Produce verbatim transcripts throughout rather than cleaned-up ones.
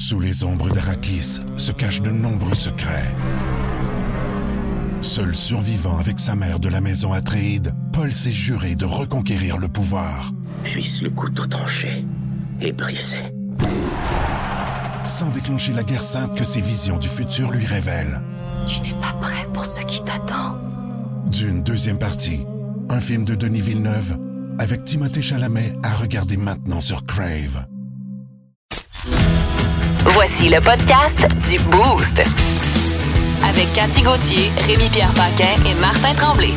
Sous les ombres d'Arrakis se cachent de nombreux secrets. Seul survivant avec sa mère de la maison Atréide, Paul s'est juré de reconquérir le pouvoir. Puisse le couteau tranché et brisé. Sans déclencher la guerre sainte que ses visions du futur lui révèlent. Tu n'es pas prêt pour ce qui t'attend. Dune, deuxième partie. Un film de Denis Villeneuve avec Timothée Chalamet à regarder maintenant sur Crave. Voici le podcast du Boost. Avec Cathy Gauthier, Rémi-Pierre Paquin et Martin Tremblay.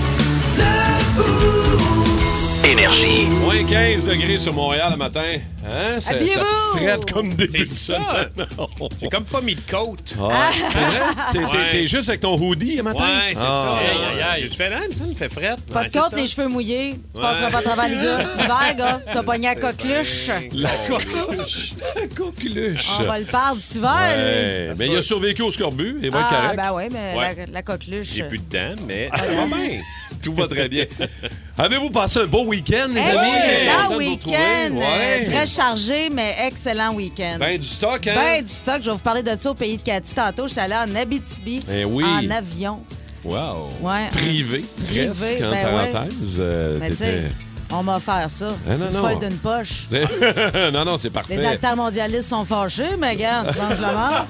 Énergie. Moins quinze degrés sur Montréal le matin. Hein? C'est, Habillez-vous! ça frette comme des C'est ça. J'ai comme pas mis de coat. Ah, c'est vrai? T'es, t'es, Ouais. t'es juste avec ton hoodie le matin? Ouais, c'est Ah. ça. Aïe, aïe, aïe. J'ai fait même, ça me fait frette. Pas Ouais, de c'est côte, ça. les cheveux mouillés. Tu Ouais. passeras pas à travers l'hiver, l'hiver, gars. Tu vas pogner la coqueluche. La coqueluche. La coqueluche. On va le perdre cet hiver, Ouais. lui. Mais il a survécu au scorbut. Il va être Ah, correct. ben oui, mais Ouais. la, la coqueluche. J'ai plus de dents, mais ça va bien. Tout va très bien. Avez-vous passé un beau week-end, les Hey, amis? excellent Content de vous week-end. retrouver. euh, Ouais. Très chargé, mais excellent week-end. Ben du stock, hein? Ben du stock. Je vais vous parler de ça au pays de Cathy tantôt. J'étais allée en Abitibi, Eh oui. en avion. Wow. Ouais, Privé, un petit- presque, privé, en ben ouais. parenthèse. Euh, Mais tu sais, t'étais- on m'a offert ça. Ah, non, Une non. folle d'une poche. non, non, c'est parfait. Les acteurs mondialistes sont fâchés, mais regarde, mange la mort.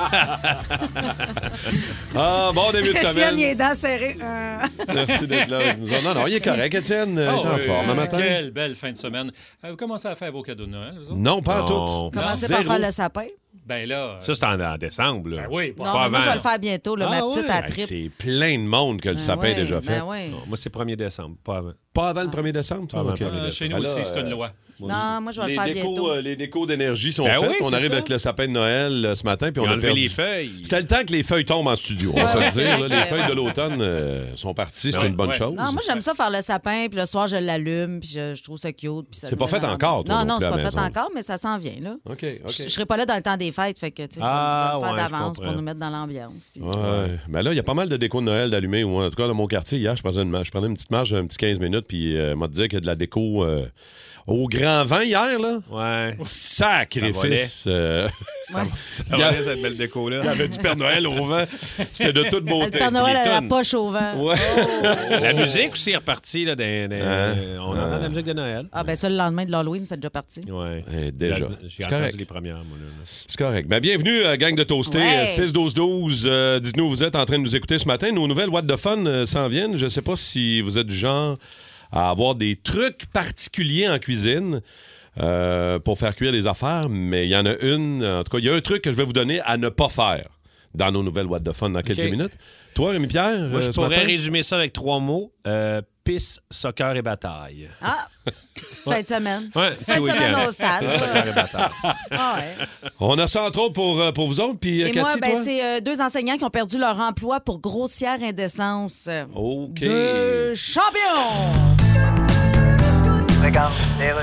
Ah, bon début de Étienne, semaine. il est dents serrées. Euh. Merci d'être là avec nous. Non, non, il est correct, Étienne. Il est Ah en oui, forme, un euh, matin. Quelle belle fin de semaine. Euh, vous commencez à faire vos cadeaux de Noël, vous autres? Non, pas en Non. tout. Commencez Zéro. par faire le sapin. Ben là... euh, Ça, c'est en, en décembre. Là. ben oui, pas Non, Pas mais moi, avant. je vais le faire bientôt, là, Ah, ma petite ouais. à Hey, trip. c'est plein de monde que le Ben sapin est ouais, déjà fait. ben ouais. Non, moi, c'est premier décembre, pas avant. Pas avant le premier décembre, toi? Pas avant OK. le premier euh, chez nous Ben là, aussi, c'est une euh, loi. Non, moi, je vais les le faire décos, bientôt. euh, les décos d'énergie sont Ben faites. oui, on c'est arrive ça. avec le sapin de Noël euh, ce matin, puis on Ils ont a enlevé perdu. les feuilles. C'était le temps que les feuilles tombent en studio. On va se le dire. là. Les feuilles de l'automne euh, sont parties. C'est Ouais, une bonne ouais. chose. Non, moi, j'aime ça faire le sapin, puis le soir, je l'allume, puis je, je trouve ça cute. puis ça C'est me pas met fait dans encore, toi, Non, non non, plus, c'est à pas la fait maison. encore, mais ça s'en vient, là. OK, Je, OK. je serai pas là dans le temps des fêtes, fait que, tu sais, je vais- Ah, je vais le ouais, faire je d'avance comprends. pour nous mettre dans l'ambiance. puis- Ouais. Mais là, il y a pas mal de déco de Noël d'allumer. Ou en tout cas, dans mon quartier, hier, je prenais une, ma- je prenais une petite marche, un petit quinze minutes, puis euh, m'a dit qu'il y a de la déco euh, au grand vent hier, là. Ouais. Sacrifice. euh, Ouais. Ça Il y a- va, cette belle déco-là. Il y avait du Père Noël au vent. C'était de toute Le beauté. Père Noël les a la tonnes. poche au vent. Ouais. La musique aussi est repartie. Là, dans- dans- Hein? On entend la musique de Noël. Ah, ben ça, le lendemain de l'Halloween, c'est déjà parti. Ouais. Eh, déjà. J'ai- C'est J'ai entendu correct. les premières, moi. Là. C'est correct. Ben, bienvenue, euh, gang de Toasté. Ouais. six douze douze. Euh, dites-nous, vous êtes en train de nous écouter ce matin. Nos nouvelles What the Fun euh, s'en viennent. Je ne sais pas si vous êtes du genre à avoir des trucs particuliers en cuisine euh, pour faire cuire des affaires, mais il y en a une. En tout cas, il y a un truc que je vais vous donner à ne pas faire dans nos nouvelles What the Fun dans quelques OK. minutes. Toi, Rémi-Pierre, Moi, je euh, ce pourrais matin? résumer ça avec trois mots. Euh, pisse, soccer et bataille. Ah, petite fin de semaine. Ouais, Petite fin de semaine au stade. Pisse, soccer et bataille. Ah, ouais. On a ça entre autres pour, euh, pour vous autres. Puis, euh, Et Cathy, moi, ben, toi? c'est euh, deux enseignants qui ont perdu leur emploi pour grossière indécence. Euh, OK. Deux champions! Regarde,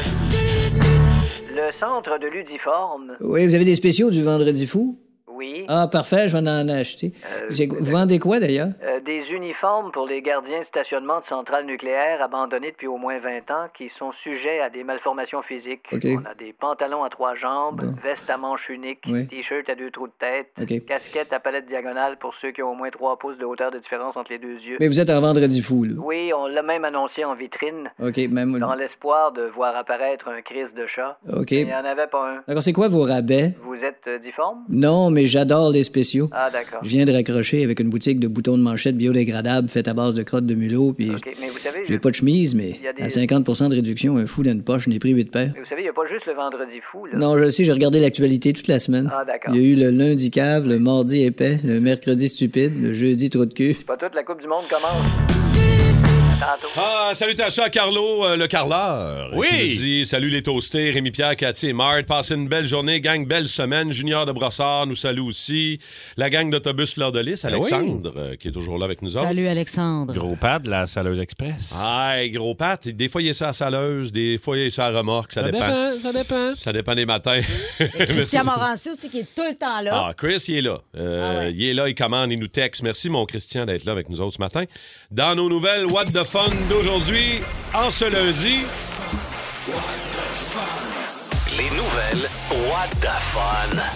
le centre de l'Udiforme. Oui, vous avez des spéciaux du Vendredi fou? Oui. Ah, parfait, je vais en acheter. Euh, C'est- Vous vendez quoi, d'ailleurs? Euh, des uniformes pour les gardiens de stationnement de centrales nucléaires abandonnés depuis au moins vingt ans qui sont sujets à des malformations physiques. OK. On a des pantalons à trois jambes, Bon. veste à manches uniques, Oui. t-shirt à deux trous de tête, OK. casquette à palette diagonale pour ceux qui ont au moins trois pouces de hauteur de différence entre les deux yeux. Mais vous êtes en Vendredi fou, là. Oui, on l'a même annoncé en vitrine, OK, même... dans l'espoir de voir apparaître un Christ de chat. OK. Il n'y en avait pas un. D'accord, c'est quoi vos rabais? Vous êtes euh, difforme? Non, mais j'adore les spéciaux. Ah, d'accord. Je viens de raccrocher avec une boutique de boutons de manchette biodégradables faite à base de crottes de mulot, puis OK, mais vous savez... j'ai je- pas de chemise, mais Il y a des- à cinquante pour cent de réduction, un fou dans une poche, je n'ai pris huit paires. mais vous savez, il n'y a pas juste le vendredi fou, là. Non, je le sais, j'ai regardé l'actualité toute la semaine. Ah, d'accord. Il y a eu le lundi cave, le mardi épais, le mercredi stupide, le jeudi trou de cul. Pas toute la Coupe du Monde commence. À tantôt. Ah, salutations à Carlo, euh, le carleur. Oui. Qui nous dit salut les toastés, Rémi-Pierre, Cathy et Marthe. Passez une belle journée, gang, belle semaine. Junior de Brossard nous salue aussi. La gang d'autobus Fleur de Lys, Alexandre, euh, qui est toujours là avec nous autres. Salut, Alexandre. Gros pad de la Saleuse Express. Ah, gros Pat. Des fois, il est sur la saleuse, des fois, il est sur la remorque. Ça, dépend. ça dépend. Ça dépend des matins. Christian Morancy aussi, qui est tout le temps là. Ah, Chris, il est là. Euh, Ah ouais. Il est là, il commande, il nous texte. Merci, mon Christian, d'être là avec nous autres ce matin. Dans nos nouvelles What the Fun d'aujourd'hui, en ce lundi. Les nouvelles What the Fun.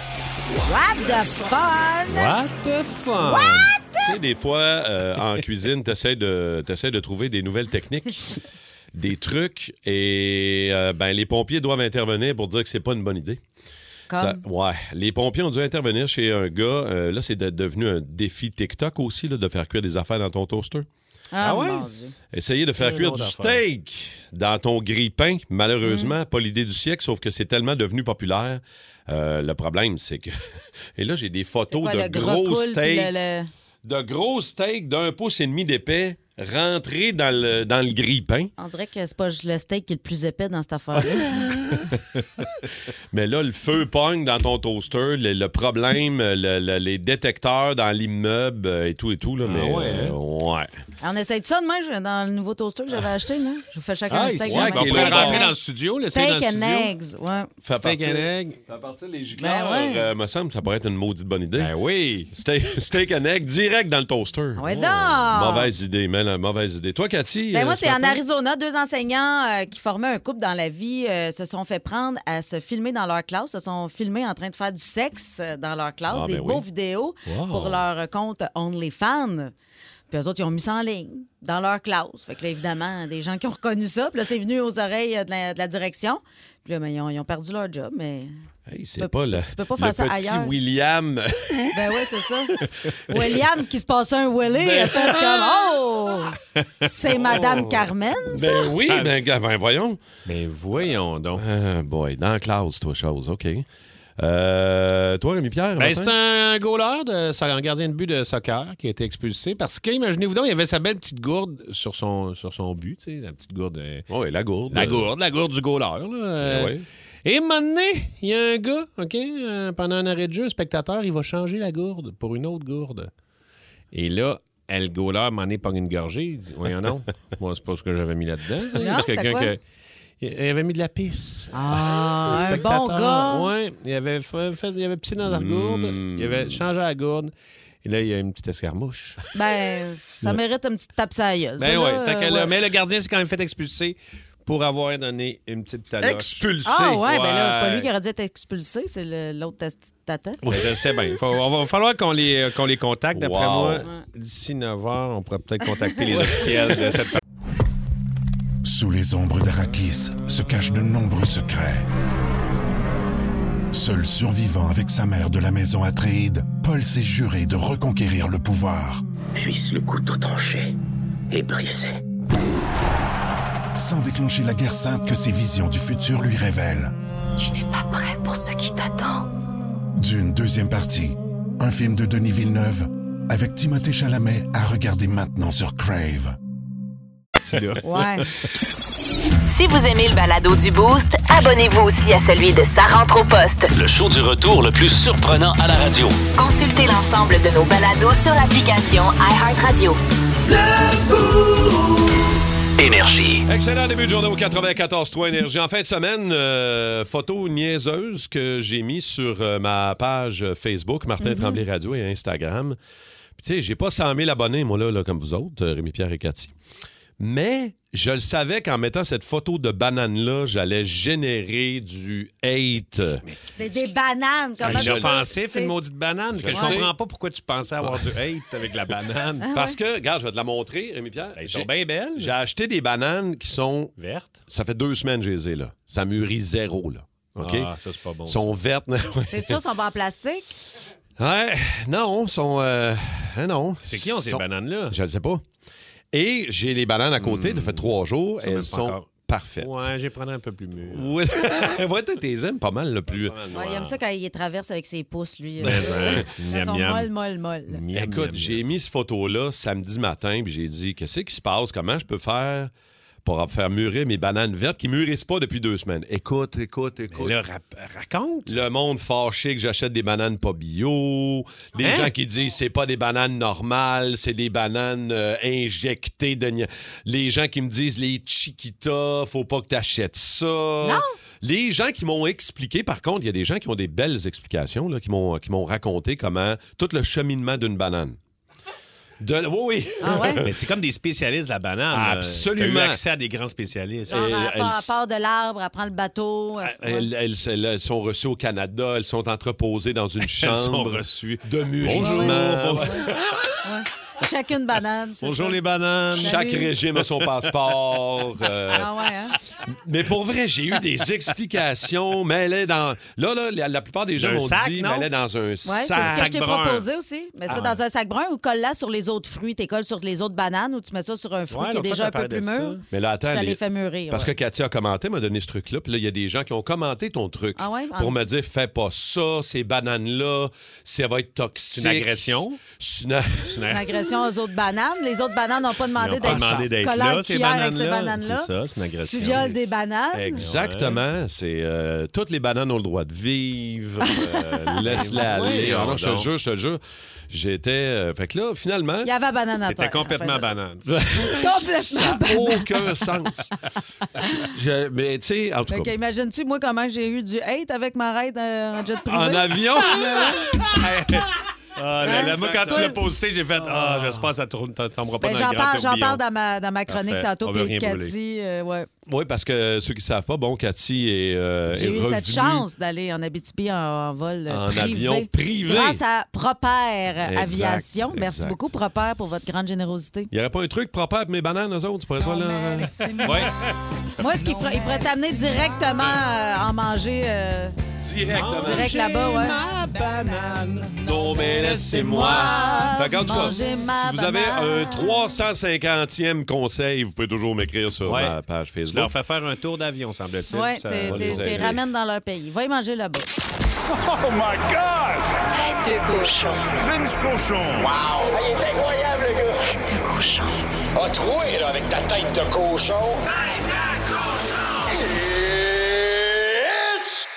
What the fun? What the fun? What? Tu sais, des fois, euh, en cuisine, tu essaies de, t'essaies de trouver des nouvelles techniques, des trucs, et euh, ben, les pompiers doivent intervenir pour dire que c'est pas une bonne idée. Comme? Ça, ouais. Les pompiers ont dû intervenir chez un gars. Euh, là, c'est de- devenu un défi TikTok aussi, là, de faire cuire des affaires dans ton toaster. Ah, Ah ouais? mon Dieu. Essayer de faire Quelle cuire autre du affaire? steak dans ton grille-pain, malheureusement, Mm. pas l'idée du siècle, sauf que c'est tellement devenu populaire. Euh, le problème, c'est que... Et là, j'ai des C'est photos quoi, de le gros gros cool, puis steaks. le- le- De gros steaks d'un pouce et demi d'épais rentrés dans le, dans le grille-pain. On dirait que c'est pas le steak qui est le plus épais dans cette affaire-là. Mais là, le feu pogne dans ton toaster, le, le problème, le- le- les détecteurs dans l'immeuble euh, et tout et tout. Là, mais, ouais, euh, ouais. On essaye de ça demain dans le nouveau toaster que j'avais acheté. Là. Je vous fais chacun Ah, un ici, steak. ouais, dans qui est ma- là, steak rentrer and dans le eggs. studio, l'essayer dans Steak le and studio. eggs, ouais. Fait Steak partir- and egg. Fait partir les gicleurs, Ben ouais. euh, me semble, ça pourrait être une maudite bonne idée. Ben oui. Steak, steak and egg direct dans le toaster. Ouais, donc! Mauvaise idée, mais la mauvaise idée. Toi, Cathy? Ben euh, moi, ce c'est en matin? Arizona. Deux enseignants euh, qui formaient un couple dans la vie euh, se sont fait prendre à se filmer dans leur classe, se sont filmés en train de faire du sexe euh, dans leur classe, Ah, des ben beaux oui. vidéos Wow. pour leur compte OnlyFans. Puis eux autres, ils ont mis ça en ligne dans leur classe. Fait que là, évidemment, des gens qui ont reconnu ça. Puis là, c'est venu aux oreilles euh, de la, de la direction. Puis là, ben, ils, ont, ils ont perdu leur job, mais... Hey, Tu c'est peux- pas le, tu peux pas le faire ça petit ailleurs. William. Ben oui, c'est ça. William qui se passait un Willy Ben- a fait comme Oh! C'est Madame Carmen, ça? Ben oui, ben, gars, ben, voyons. Ben voyons donc. Ah, boy, dans la classe, toi, chose, OK. Euh, toi, Rémi-Pierre? Ben, matin? c'est un goaler, de, so- un gardien de but de soccer qui a été expulsé parce que, imaginez-vous donc, il avait sa belle petite gourde sur son, sur son but, tu sais, la petite gourde. euh, Oui, la gourde. La gourde, la gourde du goaler. Là, euh. Ben oui. Et un moment donné, il y a un gars, OK, euh, pendant un arrêt de jeu, un spectateur, il va changer la gourde pour une autre gourde. Et là, le goaler m'en est pas une gorgée. Il dit, voyons non, moi, c'est pas ce que j'avais mis là-dedans. ça. Non, C'est c'était quoi? que... Il avait mis de la pisse. Ah, un Spectateur, bon gars. Ouais, il avait, fait, fait- il avait pissé dans la gourde. Mm. Il avait changé la gourde. Et là, il y a une petite escarmouche. Ben, ça mérite une petite tape sur la gueule. Ben ça, ouais. là, Fait que euh, là, ouais. mais le gardien s'est quand même fait expulser pour avoir donné une petite taloche. Expulsé. Ah ouais, ben là, c'est pas Ouais. lui qui aurait dû être expulsé, c'est le- l'autre tas- tata. Ben, je sais bien. Il va falloir qu'on les, euh, qu'on les contacte. D'après Wow. moi, d'ici neuf heures, on pourrait peut-être contacter les officiels de cette Sous les ombres d'Arakis se cachent de nombreux secrets. Seul survivant avec sa mère de la maison Atréide, Paul s'est juré de reconquérir le pouvoir. Puisse le couteau tranché et brisé. Sans déclencher la guerre sainte que ses visions du futur lui révèlent. Tu n'es pas prêt pour ce qui t'attend. D'une deuxième partie, un film de Denis Villeneuve avec Timothée Chalamet à regarder maintenant sur Crave. Ouais. Si vous aimez le balado du Boost, abonnez-vous aussi à celui de Sa rentre au poste. Le show du retour le plus surprenant à la radio. Consultez l'ensemble de nos balados sur l'application iHeartRadio. Énergie. Excellent début de journée au quatre-vingt-quatorze trois Énergie. En fin de semaine, euh, photo niaiseuse que j'ai mis sur euh, ma page Facebook, Martin Mm-hmm. Tremblay Radio et Instagram. Puis tu sais, j'ai pas cent mille abonnés, moi, là, là comme vous autres, euh, Rémi-Pierre et Cathy. Mais je le savais qu'en mettant cette photo de banane-là, j'allais générer du hate. C'est des bananes. Comment C'est tu- offensif, c'est- une maudite banane. Que je sais. comprends pas pourquoi tu pensais avoir du hate avec la banane. Parce que, regarde, je vais te la montrer, Rémi-Pierre. Elles J'ai- sont bien belles. J'ai acheté des bananes qui sont... Vertes. Ça fait deux semaines que je les ai, là. Ça mûrit zéro, là. OK? Ah, ça, c'est pas bon. Ils sont vertes. T'es sûr, ils sont pas en plastique? Ouais, non, sont... Euh, hein, non. C'est qui ont ces Sont- bananes-là? Je ne sais pas. Et j'ai les bananes à côté, ça fait trois jours. Ça, même Elles pas sont encore. parfaites. Ouais, j'ai pris un peu plus mûr. Ouais, ouais, toi, t'es aimes pas mal, le plus. Ouais, il aime ça quand il les traverse avec ses pouces, lui. Ben, hein. Elles Miam, sont miam. molles, molles, molles. Miam, Écoute, miam, j'ai miam. mis cette photo-là samedi matin, puis j'ai dit, qu'est-ce qui se passe? Comment je peux faire pour faire mûrir mes bananes vertes qui mûrissent pas depuis deux semaines? Écoute, écoute, écoute. Mais là, rap- raconte. Le monde fâché que j'achète des bananes pas bio. Les Hein? gens qui disent c'est pas des bananes normales, c'est des bananes euh, injectées de... nia- Les gens qui me disent les Chiquita, faut pas que t'achètes ça. Non. Les gens qui m'ont expliqué, par contre, il y a des gens qui ont des belles explications, là, qui m'ont qui m'ont raconté comment tout le cheminement d'une banane. De... Oui, oui. Ah ouais? Mais c'est comme des spécialistes de la banane. Absolument. Tu as eu accès à des grands spécialistes. Genre, Et elle, elle- part, elle part de l'arbre, elle prend le bateau. elle- Elles, elles- elles- elles sont reçues au Canada, elles sont entreposées dans une chambre sont reçues. de mûrissement. Bonjour. Ouais. Chacune banane. c'est Bonjour ça. les bananes. Chaque Salut. régime a son passeport. euh, Ah ouais, hein? Mais pour vrai, j'ai eu des explications. Mais elle est dans. Là, là, la, la plupart des gens Un m'ont sac, dit, non? mais elle est dans un Ouais, c'est ce sac. que je t'ai brun. proposé aussi. Mets ça Ah. dans un sac brun ou colle-la sur les autres fruits. Tu colles sur les autres bananes ou tu mets ça sur un fruit Ouais, qui est l'autre déjà fois, un peu t'as plus parlé de mûr. ça. Mais là, Puis attends. ça les- les fait mûrir. Parce ouais. que Cathy a commenté, m'a donné ce truc-là. Puis là, il y a des gens qui ont commenté ton truc Ah ouais? pour Ah. me dire fais pas ça, ces bananes-là, ça va être toxique. C'est une agression. C'est une- C'est une agression aux autres bananes. Les autres bananes n'ont pas demandé Ils n'ont pas d'être demandé d'être collants là, de ces cuillère avec ces bananes-là. bananes-là. C'est ça, c'est une agression. Tu violes des bananes. Exactement. C'est euh, toutes les bananes ont le droit de vivre. Euh, Laisse-la Oui, aller. Ah non, je te donc. jure, je te jure. J'étais. euh, fait que là, finalement. Il y avait banane à T'étais terre. complètement Enfin, banane. Complètement Ça n'a aucun sens. Je- mais tu sais, en tout Fait que cas, imagines-tu, moi, comment j'ai eu du hate avec ma raide euh, en jet privé? en avion. Ah, là, là, moi, quand Toi- tu l'as posté, j'ai fait Ah, j'espère que ça tourne- ça tombera pas Ben, dans j'en le grand parle, j'en tourbillon. parle dans ma, dans ma chronique Parfait. tantôt. On veut Puis rien Cathy, euh, ouais. Oui, parce que ceux qui ne savent pas, bon, Cathy est, euh, J'ai est eu revenue cette chance d'aller en Abitibi en, en vol euh, en privé. avion privé. Grâce à Proper Exact, Aviation. Merci exact. beaucoup, Proper, pour votre grande générosité. Il n'y aurait pas un truc propre pour mes bananes, eux autres? Tu pourrais pas là. euh, Ouais. Moi, ce qu'il pourrait, il pourrait t'amener directement euh, en manger euh, Directement. direct là-bas, ouais. Non, mais laissez-moi. Fait qu'en tout cas, Manger si ma vous avez banane. un trois cent cinquantième conseil, vous pouvez toujours m'écrire sur Ouais. ma page Je Facebook. leur fais faire un tour d'avion, semble-t-il. Ouais, Ça t'es- va t'es- les t'es aider. ramènes dans leur pays. Va y manger là-bas. Tête de cochon. Vince Cochon. Wow! Il est incroyable, le gars! Tête de cochon. A troué, là, avec ta tête de cochon. Tête de cochon! It's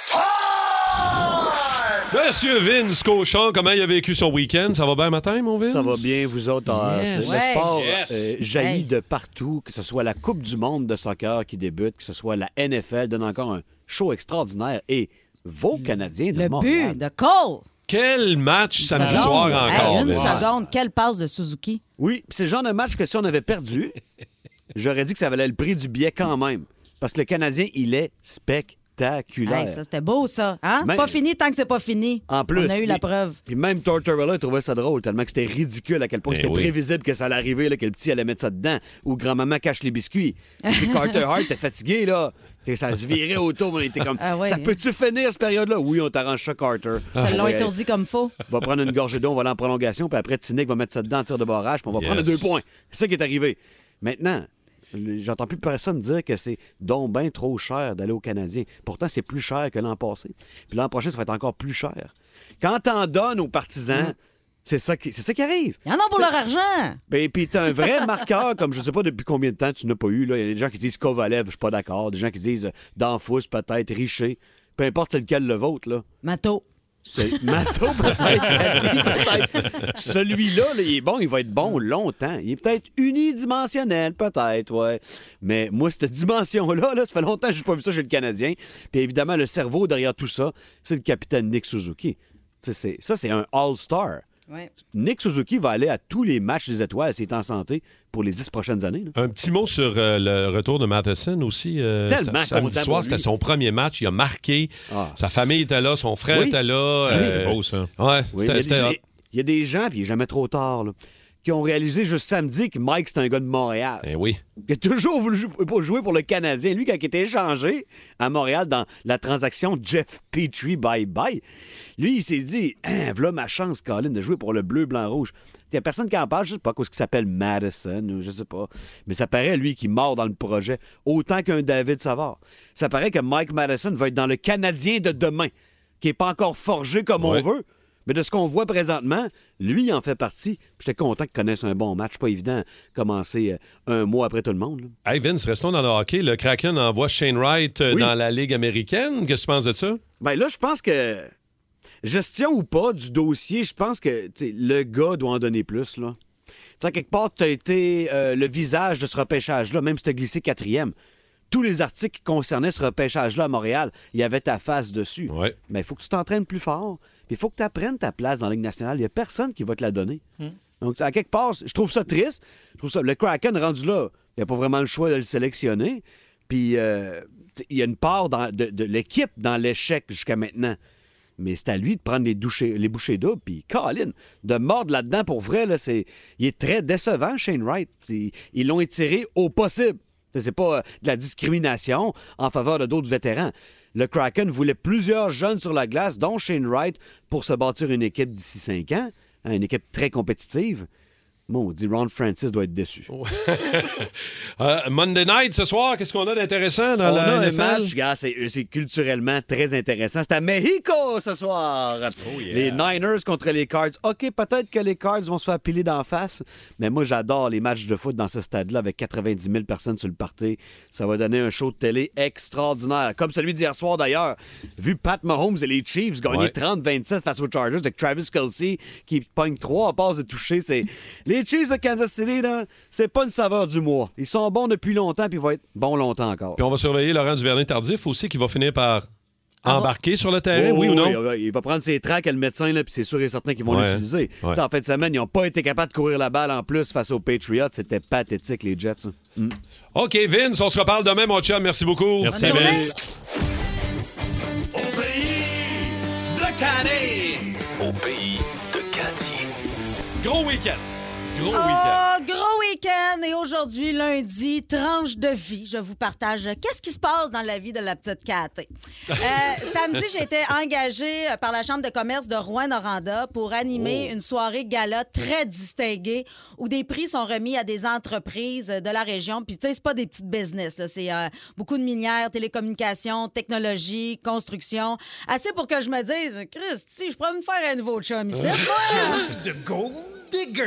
time! Monsieur Vince Cochon, comment il a vécu son week-end? Ça va bien matin, mon Vince? Ça va bien, vous autres. euh, Yes. Le Ouais. sport Yes. euh, jaillit Hey. de partout, que ce soit la Coupe du monde de soccer qui débute, que ce soit la N F L, donne encore un show extraordinaire. Et vos Canadiens de Le Montréal. but de Cole. Quel match samedi Seconde. soir Hey, encore. une Vince. seconde. Quelle passe de Suzuki. Oui, pis c'est le genre de match que si on avait perdu, j'aurais dit que ça valait le prix du billet quand même. Parce que le Canadien, il est spectaculaire. Hey, ça, c'était beau, ça. Hein? C'est Mais- pas fini tant que c'est pas fini. En plus. On a eu la puis- preuve. Puis même Tortorella trouvait ça drôle, tellement que c'était ridicule à quel point Ben c'était oui. prévisible que ça allait arriver, là, que le petit allait mettre ça dedans, ou grand-maman cache les biscuits. Puis Carter Hart était fatigué, là. T'sais, ça se virait autour, mais il était comme Ah ouais, ça hein. peut-tu finir cette période-là? Oui, on t'arrange ça, Carter. Ils l'ont Ouais. étourdi comme faux. Va prendre une gorgée d'eau, on va aller en prolongation, puis après, Tinick va mettre ça dedans en tir de barrage, puis on va Yes. prendre deux points. C'est ça qui est arrivé. Maintenant, le- j'entends plus personne dire que c'est donc bien trop cher d'aller au Canadien. Pourtant, c'est plus cher que l'an passé. Puis l'an prochain, ça va être encore plus cher. Quand t'en donnes aux partisans, c'est ça qui, c'est ça qui arrive. Il y en a pour leur argent. Ben, puis t'as un vrai marqueur, comme je sais pas depuis combien de temps tu n'as pas eu. là. Il y a des gens qui disent Kovalev, je suis pas d'accord. Des gens qui disent euh, Danfous, peut-être, Richer. Peu importe c'est lequel le vôtre, là. Mato. C'est Mato, peut-être, Cathy, peut-être. Celui-là, là, il est bon, il va être bon longtemps. Il est peut-être unidimensionnel, peut-être, ouais. Mais moi, cette dimension-là, là, ça fait longtemps que je n'ai pas vu ça chez le Canadien. Puis évidemment, le cerveau derrière tout ça, c'est le capitaine Nick Suzuki. Tu sais, c'est- ça, c'est un All-Star. Ouais. Nick Suzuki va aller à tous les matchs des étoiles s'il est en santé pour les dix prochaines années. là. Un petit mot sur euh, le retour de Matheson aussi. euh, Tellement c'était- samedi content soir, pour c'était lui. son premier match. Il a marqué. Ah. Sa famille était là, son frère Oui. était là. Ah, c'est euh, beau, ça. Ouais, Oui, c'était il, y c'était a hot. des, il y a des gens, puis il n'est jamais trop tard, là, qui ont réalisé juste samedi que Mike, c'est un gars de Montréal. Eh oui. Il a toujours voulu jou- pour jouer pour le Canadien. Lui, quand il était échangé à Montréal dans la transaction Jeff Petrie bye-bye, lui, il s'est dit hein, voilà ma chance, Colin, de jouer pour le bleu, blanc, rouge. Il n'y a personne qui en parle, je sais pas quoi ce qui s'appelle Madison, ou je sais pas. Mais ça paraît, lui, qui mord dans le projet autant qu'un David Savard. Ça paraît que Mike Madison va être dans le Canadien de demain, qui n'est pas encore forgé comme Ouais. on veut. Mais de ce qu'on voit présentement, lui, il en fait partie. Puis J'étais content qu'il connaisse un bon match. Pas évident de commencer euh, un mois après tout le monde. là. Hey Vince, restons dans le hockey. Le Kraken envoie Shane Wright euh, Oui. dans la Ligue américaine. Qu'est-ce que tu penses de ça? Ben là, je pense que, gestion ou pas du dossier, je pense que tu sais, le gars doit en donner plus. Là. Tu sais, quelque part, tu as été euh, le visage de ce repêchage-là, même si tu as glissé quatrième. Tous les articles qui concernaient ce repêchage-là à Montréal, il y avait ta face dessus. Ouais. Mais il faut que tu t'entraînes plus fort. Puis il faut que tu apprennes ta place dans la Ligue nationale. Il n'y a personne qui va te la donner. Hmm. Donc, à quelque part, je trouve ça triste. Je trouve ça... Le Kraken, rendu là, il n'y a pas vraiment le choix de le sélectionner. Puis, euh, il y a une part dans, de, de l'équipe dans l'échec jusqu'à maintenant. Mais c'est à lui de prendre les, douchés, les bouchées doubles. Puis, Colin, de mordre là-dedans, pour vrai, là, c'est, il est très décevant, Shane Wright. C'est, ils l'ont étiré au possible. C'est pas euh, de la discrimination en faveur de d'autres vétérans. Le Kraken voulait plusieurs jeunes sur la glace, dont Shane Wright, pour se bâtir une équipe d'ici cinq ans. Hein, une équipe très compétitive. Bon, on dit Ron Francis doit être déçu. euh, Monday Night, ce soir, qu'est-ce qu'on a d'intéressant dans on la a N un F L? match, gars, c'est, c'est culturellement très intéressant. C'est à Mexico ce soir. Oh yeah. Les Niners contre les Cards. OK, peut-être que les Cards vont se faire piler d'en face, mais moi, j'adore les matchs de foot dans ce stade-là avec quatre-vingt-dix mille personnes sur le party. Ça va donner un show de télé extraordinaire. Comme celui d'hier soir, d'ailleurs. Vu Pat Mahomes et les Chiefs gagner ouais. trente à vingt-sept face aux Chargers avec Travis Kelce qui pogne trois passes de toucher. C'est... Les Chiefs de Kansas City, là, c'est pas une saveur du mois. Ils sont bons depuis longtemps, puis ils vont être bons longtemps encore. Puis on va surveiller Laurent Duvernay-Tardif aussi, qui va finir par Ah, embarquer sur le terrain, oh, oui ou non? Oui, il va prendre ses tracks à le médecin, là, puis c'est sûr et certain qu'ils vont Ouais. l'utiliser. Ouais. En fin de semaine, ils n'ont pas été capables de courir la balle en plus face aux Patriots. C'était pathétique, les Jets. Mm. OK, Vince, on se reparle demain, mon chum. Merci beaucoup. Merci, Bonne journée. Vince. Au pays de Canny. Au pays de Cathy. Gros week-end. Gros Oh, week-end. gros week-end! Et aujourd'hui, lundi, tranche de vie. Je vous partage qu'est-ce qui se passe dans la vie de la petite Cathy. Euh, samedi, j'ai été engagée par la Chambre de commerce de Rouyn-Noranda pour animer Oh. une soirée gala très distinguée où des prix sont remis à des entreprises de la région. Puis, tu sais, c'est pas des petites business, là. C'est euh, beaucoup de minières, télécommunications, technologie, construction. Assez pour que je me dise, Christy, je pourrais me faire un nouveau chum ici, moi. De gold digger.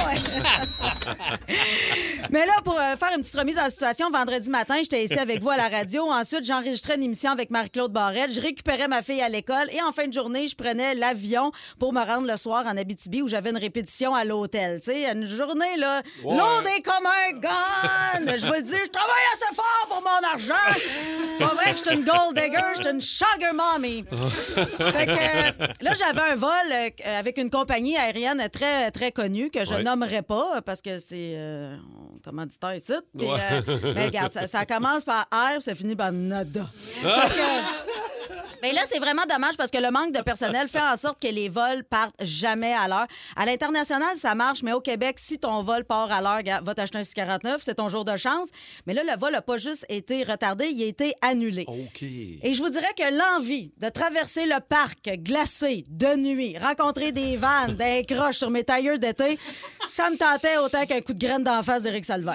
Mais là, pour euh, faire une petite remise en situation, vendredi matin, j'étais ici avec vous à la radio. Ensuite, j'enregistrais une émission avec Marie-Claude Barrette. Je récupérais ma fille à l'école. Et en fin de journée, je prenais l'avion pour me rendre le soir en Abitibi où j'avais une répétition à l'hôtel. Tu sais, une journée, là, Ouais. loadée comme un gun. Je vous le dis, je travaille assez fort pour mon argent. C'est pas vrai que je suis une gold digger, je suis une sugar mommy. Fait que euh, là, j'avais un vol euh, avec une compagnie aérienne très, très connue que je Ouais. nommerai pas parce que c'est euh, commanditaire ici. Puis, Ouais. euh, mais regarde, ça, ça commence par R, ça finit par nada. Fait que, mais là, c'est vraiment dommage parce que le manque de personnel fait en sorte que les vols partent jamais à l'heure. À l'international, ça marche, mais au Québec, si ton vol part à l'heure, gars, va t'acheter un six quarante-neuf, c'est ton jour de chance. Mais là, le vol n'a pas juste été retardé, il a été annulé. OK. Et je vous dirais que l'envie de traverser le parc glacé de nuit, rencontrer des vannes, des croches sur mes tailleurs d'été, ça me tentait autant qu'un coup de graine d'en face d'Éric Salvaire.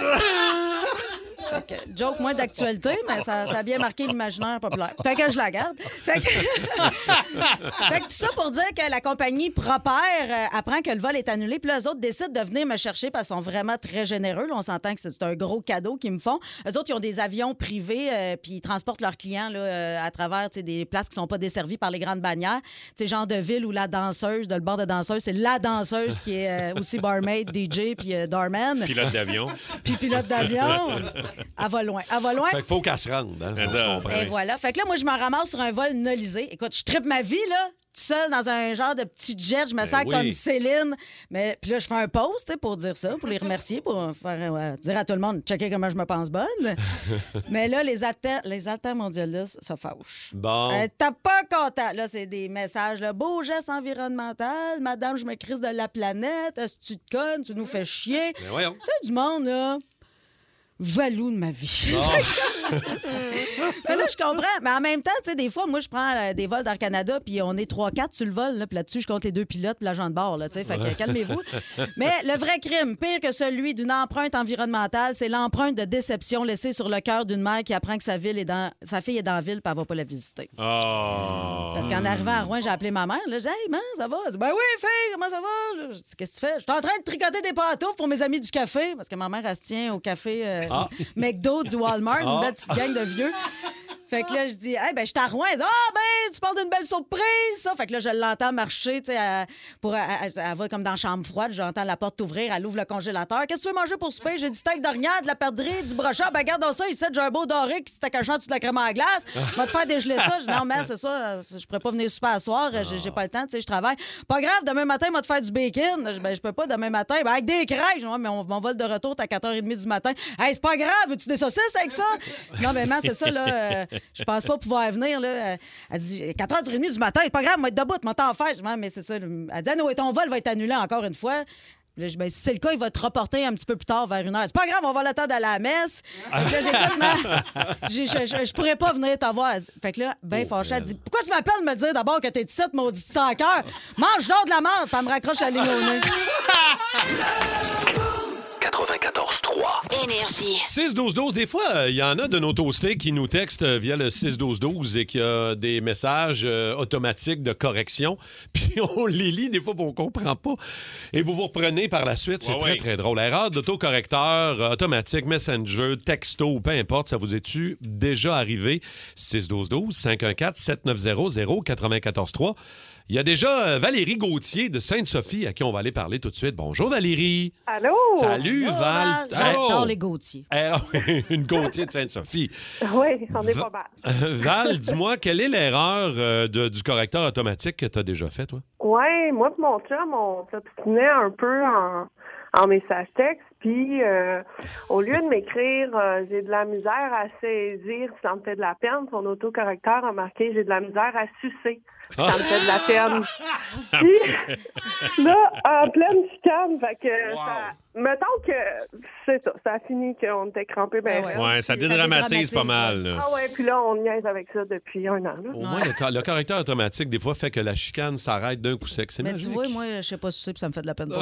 Fait que, joke moins d'actualité, mais ça, ça a bien marqué l'imaginaire populaire. Fait que je la garde. Fait que, fait que tout ça pour dire que la compagnie Proper euh, apprend que le vol est annulé, puis là, eux autres décident de venir me chercher parce qu'ils sont vraiment très généreux. Là, on s'entend que c'est un gros cadeau qu'ils me font. Eux autres, ils ont des avions privés, euh, puis ils transportent leurs clients là, euh, à travers tu sais, des places qui sont pas desservies par les grandes bannières. Tu sais, genre de ville où la danseuse, de le bord de danseuse, c'est la danseuse qui est euh, aussi barmaid, D J, puis euh, doorman. Pilote d'avion. Puis pilote d'avion. Elle va loin. Elle va loin. Fait qu'il faut qu'elle se rende. Hein? Mais On ça- se comprend. Et voilà. Fait que là, moi, je me ramasse sur un vol nolisé. Écoute, je trippe ma vie, là. Tout seul dans un genre de petit jet, je me sens oui. comme Céline. Mais puis là, je fais un post tu sais, pour dire ça, pour les remercier, pour faire euh, dire à tout le monde, checker comment je me pense bonne. Mais là, les alter, les altermondialistes se fâchent. Bon. Euh, T'as pas content. Là, c'est des messages. Là, beau geste environnemental. Madame, je me crise de la planète. Est-ce que tu te connes? Tu nous fais chier. Mais voyons. Tu sais, du monde, là. Jaloux de ma vie. Mais là, je comprends. Mais en même temps, tu sais, des fois, moi, je prends euh, des vols d'Air Canada, puis on est trois quatre sur le vol, là, puis là-dessus, je compte les deux pilotes puis l'agent de bord, là, tu sais. Fait que calmez-vous. Mais le vrai crime, pire que celui d'une empreinte environnementale, c'est l'empreinte de déception laissée sur le cœur d'une mère qui apprend que sa, ville est dans... sa fille est dans la ville, puis elle va pas la visiter. Oh. Parce qu'en arrivant à Rouen, j'ai appelé ma mère. Là, j'ai dit, hey, man, ça va? Elle dit, ben oui, fille, comment ça va? Là, je dis, qu'est-ce que tu fais? Je suis en train de tricoter des pantoufles pour mes amis du café, parce que ma mère, elle se tient au café euh, Ah. McDo du Walmart, Ah. une belle petite gang de vieux. Fait que là, je dis, hey, ben, je t'arroins. Elle dit, ah, ben, tu parles d'une belle surprise, ça. Fait que là, je l'entends marcher, tu sais, elle, pour, elle, elle va comme dans la chambre froide. J'entends la porte ouvrir, elle ouvre le congélateur. Qu'est-ce que tu veux manger pour souper? J'ai du steak d'orignal, de la perdrix, du brochard. Ben, regarde ça, ici, j'ai un beau doré qui s'était caché en dessous de la crème à glace. Va te faire dégeler ça. Je dis, non, mais c'est ça, je pourrais pas venir souper à soir. J'ai, j'ai pas le temps, tu sais, je travaille. Pas grave, demain matin, il va te faire du bacon. Je, ben, je peux pas demain matin. Ben, avec des crêpes. Je dis, ouais, mais on, mon vol de retour, t'es à quatre heures trente du matin. Hey, c'est pas grave, veux-tu des saucisses avec ça? Non, mais man, c'est ça, là. Euh, je pense pas pouvoir venir, là. Elle dit, quatre heures trente du matin, c'est pas grave, moi, être debout, moi, t'en faire. Je dis, ouais, mais c'est ça. Elle dit, ah, non, ton vol va être annulé encore une fois. Là, je, ben, si c'est le cas, il va te reporter un petit peu plus tard vers une heure. C'est pas grave, on va l'attendre à la messe. Fait que là, j'écoute, ma... je, je, je, je pourrais pas venir te voir. Fait que là, ben oh, fâchée, elle dit, pourquoi tu m'appelles me dire d'abord que t'es dix-sept, maudite sans cœur? Mange donc de la menthe, puis elle me raccroche la ligne au nez. quatre-vingt-quatorze trois. Énergie. six douze douze, des fois, il euh, y en a de nos toastés qui nous textent euh, via le six douze douze et qui a des messages euh, automatiques de correction. Puis on les lit, des fois, on comprend pas. Et vous vous reprenez par la suite. C'est ouais, très, ouais. très drôle. Erreur d'autocorrecteur, euh, automatique, Messenger, texto, peu importe, ça vous est-tu déjà arrivé? six douze douze, cinq un quatre, sept neuf zéro, zéro quatre-vingt-quatorze trois. Il y a déjà euh, Valérie Gauthier de Sainte-Sophie à qui on va aller parler tout de suite. Bonjour Valérie. Allô. Salut Allô, Val. J'adore oh. les Gauthier. Une Gauthier de Sainte-Sophie. Oui, on est pas mal. Val, dis-moi, quelle est l'erreur euh, de, du correcteur automatique que tu as déjà fait, toi? Oui, moi et mon chum, on s'obstinait un peu en, en message texte. Puis, euh, au lieu de m'écrire euh, « j'ai de la misère à saisir, ça me fait de la peine », son autocorrecteur a marqué « j'ai de la misère à sucer, ça me fait de la peine ». Puis, là, en pleine chicane, fait que wow. ça, mettons que c'est ça, ça a fini qu'on était crampés ben ouais, ouais, ça dédramatise pas mal. Là. Ah ouais, puis là, on niaise avec ça depuis un an. Là. Au moins, le, le correcteur automatique, des fois, fait que la chicane s'arrête d'un coup sec. C'est Mais magique. tu vois, moi, je sais pas sucer, puis ça me fait de la peine.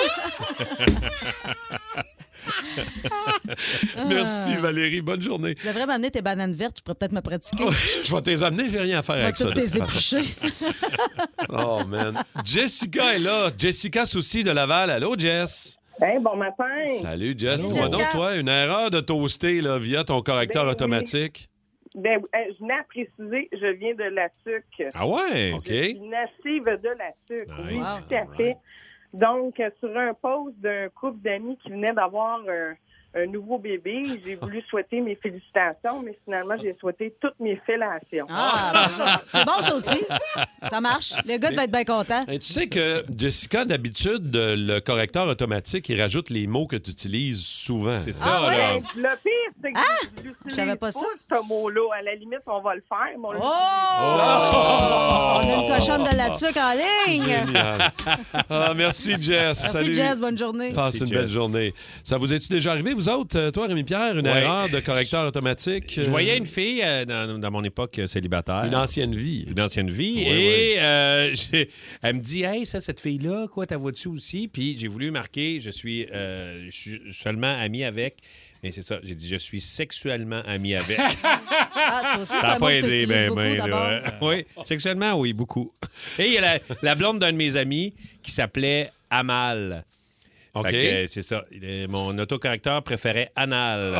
Merci Valérie, bonne journée. Tu devrais m'amener tes bananes vertes, tu pourrais peut-être me pratiquer. Oh, je vais t'les amener, j'ai rien à faire avec ça. Je vais toutes tes éplucher. Oh man. Jessica est là, Jessica Soucy de Laval. Allô Jess. Hey, bon matin. Salut Jess. Dis-moi donc, toi, une erreur de toaster là, via ton correcteur ben, automatique. Oui. Ben, je venais à préciser, je viens de la Tuque. Ah ouais? OK. Je suis native de la Tuque. Nice. Oui, tout à fait. Donc, sur un post d'un couple d'amis qui venait d'avoir un, un nouveau bébé, j'ai voulu souhaiter mes félicitations, mais finalement, j'ai souhaité toutes mes fellations. Ah, ben ça, c'est bon, ça aussi. Ça marche. Le gars va être bien content. Et tu sais que, Jessica, d'habitude, le correcteur automatique, il rajoute les mots que tu utilises souvent. C'est ça, ah, ouais. là. Le pire, c'est que ah, je savais pas ça. Ce mot-là, à la limite, on va le faire. Mais on, oh! Oh! On a une cochonne de la tuque en ligne. Génial. Ah, merci, Jess. Merci, Salut. Jess. Bonne journée. Passe une Jess. belle journée. Ça vous est-tu déjà arrivé, vous autres, toi, Rémi-Pierre, une ouais. erreur de correcteur automatique? Je voyais une fille euh, dans, dans mon époque célibataire. Une ancienne vie. Une ancienne vie. Ouais, et ouais. Euh, elle me dit, hey, ça, cette fille-là, quoi, ta vois-tu aussi? Puis j'ai voulu marquer, je suis, euh, je suis seulement ami avec. Mais c'est ça, j'ai dit, je suis sexuellement ami avec. Ah, toi aussi, ça c'est n'a un mot pas que aidé, ben, beaucoup, ben, d'abord. là. Oui, sexuellement, oui, beaucoup. Et il y a la, la blonde d'un de mes amis qui s'appelait Amal. OK. Fait que, c'est ça. Mon autocorrecteur préférait anal.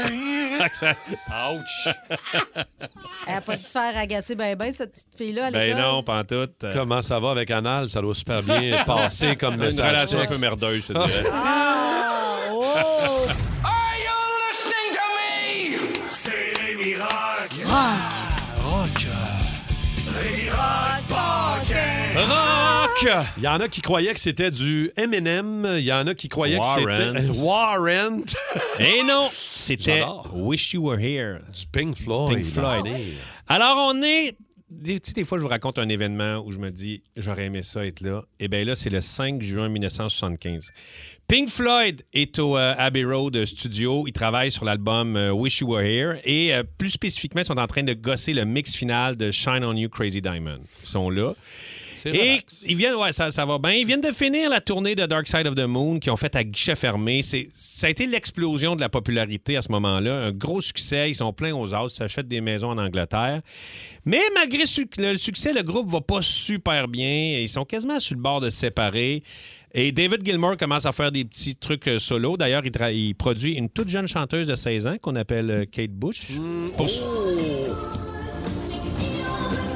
Ouch! Elle n'a pas dû se faire agacer ben ben, cette petite fille-là, à Ben l'école. non, pas en tout. Comment ça va avec anal? Ça doit super bien passer comme message. Une relation texte. un peu merdeuse, je te dirais. Ah! Oh! Are you listening to me? C'est Rémi Rock. Rock! Rock. Rémi Rock Podcast. Rock! Il y en a qui croyaient que c'était du M and M. Il y en a qui croyaient Warrant. que c'était... Warrant. Et non, c'était J'adore. Wish You Were Here. Du Pink Floyd. Pink Floyd. Alors, on est... Tu sais, des fois, je vous raconte un événement où je me dis, j'aurais aimé ça être là. Eh bien là, c'est le cinq juin dix-neuf cent soixante-quinze. Pink Floyd est au euh, Abbey Road Studio. Ils travaillent sur l'album euh, Wish You Were Here. Et euh, plus spécifiquement, ils sont en train de gosser le mix final de Shine On You Crazy Diamond. Ils sont là. C'est Et relax. ils viennent, ouais, ça, ça va bien. Ils viennent de finir la tournée de Dark Side of the Moon qu'ils ont fait à guichet fermé. C'est, ça a été l'explosion de la popularité à ce moment-là. Un gros succès. Ils sont pleins aux as. Ils s'achètent des maisons en Angleterre. Mais malgré su- le succès, le groupe va pas super bien. Ils sont quasiment sur le bord de se séparer. Et David Gilmour commence à faire des petits trucs euh, solo. D'ailleurs, il, tra- il produit une toute jeune chanteuse de seize ans qu'on appelle euh, Kate Bush. Mm. Pour... Oh.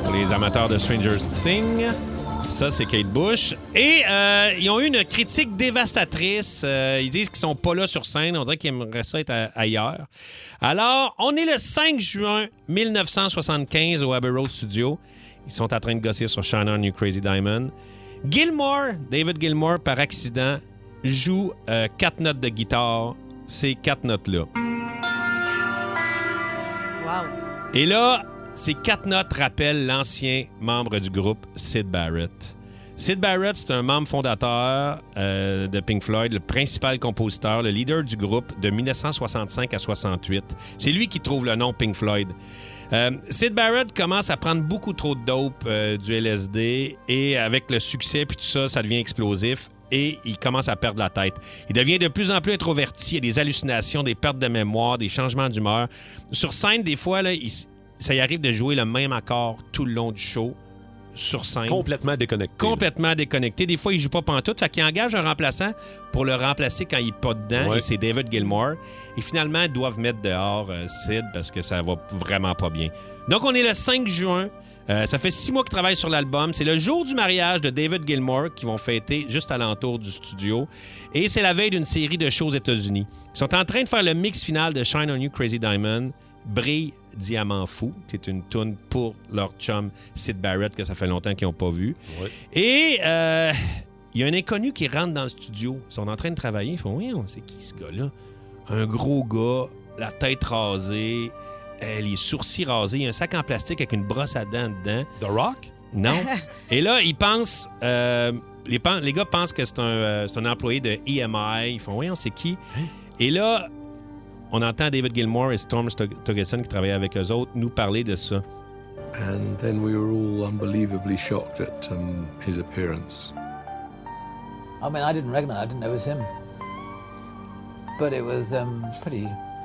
pour les amateurs de Stranger Things. Ça, c'est Kate Bush. Et euh, ils ont eu une critique dévastatrice. Euh, ils disent qu'ils sont pas là sur scène. On dirait qu'ils aimeraient ça être a- ailleurs. Alors, on est le cinq juin mille neuf cent soixante-quinze au Abbey Road Studio. Ils sont en train de gosser sur Shine On You Crazy Diamond. Gilmour, David Gilmour, par accident, joue euh, quatre notes de guitare. Ces quatre notes-là. Wow. Et là, ces quatre notes rappellent l'ancien membre du groupe, Syd Barrett. Syd Barrett, c'est un membre fondateur euh, de Pink Floyd, le principal compositeur, le leader du groupe de dix-neuf cent soixante-cinq à soixante-huit. C'est lui qui trouve le nom Pink Floyd. Euh, Syd Barrett commence à prendre beaucoup trop de dope, euh, du L S D, et avec le succès puis tout ça, ça devient explosif. Et il commence à perdre la tête. Il devient de plus en plus introverti. Il y a des hallucinations, des pertes de mémoire, des changements d'humeur. Sur scène, des fois, là, il, ça y arrive de jouer le même accord tout le long du show, sur scène. Complètement déconnecté. Complètement déconnecté. Des fois, il joue pas pantoute. Fait qu'il engage un remplaçant pour le remplacer quand il n'est pas dedans. Ouais. Et c'est David Gilmour. Et finalement, ils doivent mettre dehors euh, Syd parce que ça va vraiment pas bien. Donc, on est le cinq juin. Euh, ça fait six mois qu'ils travaillent sur l'album. C'est le jour du mariage de David Gilmour qu'ils vont fêter juste alentour du studio. Et c'est la veille d'une série de shows aux États-Unis. Ils sont en train de faire le mix final de Shine On You Crazy Diamond, Brille Diamant Fou. C'est une toune pour leur chum Syd Barrett que ça fait longtemps qu'ils n'ont pas vu. Ouais. Et il euh, y a un inconnu qui rentre dans le studio. Ils sont en train de travailler. Ils font, oui, c'est qui ce gars-là? Un gros gars, la tête rasée, euh, les sourcils rasés, un sac en plastique avec une brosse à dents dedans. The Rock? Non. Et là, ils pensent... Euh, les, pen- les gars pensent que c'est un, euh, c'est un employé de E M I. Ils font, oui, on sait qui. Hein? Et là, on entend David Gilmour et Storm Thorgerson, qui travaillaient avec eux autres, nous parler de ça. And then we were all unbelievably shocked at um, his appearance. I mean, I didn't recognize, I didn't know it was him. But it was um, pretty,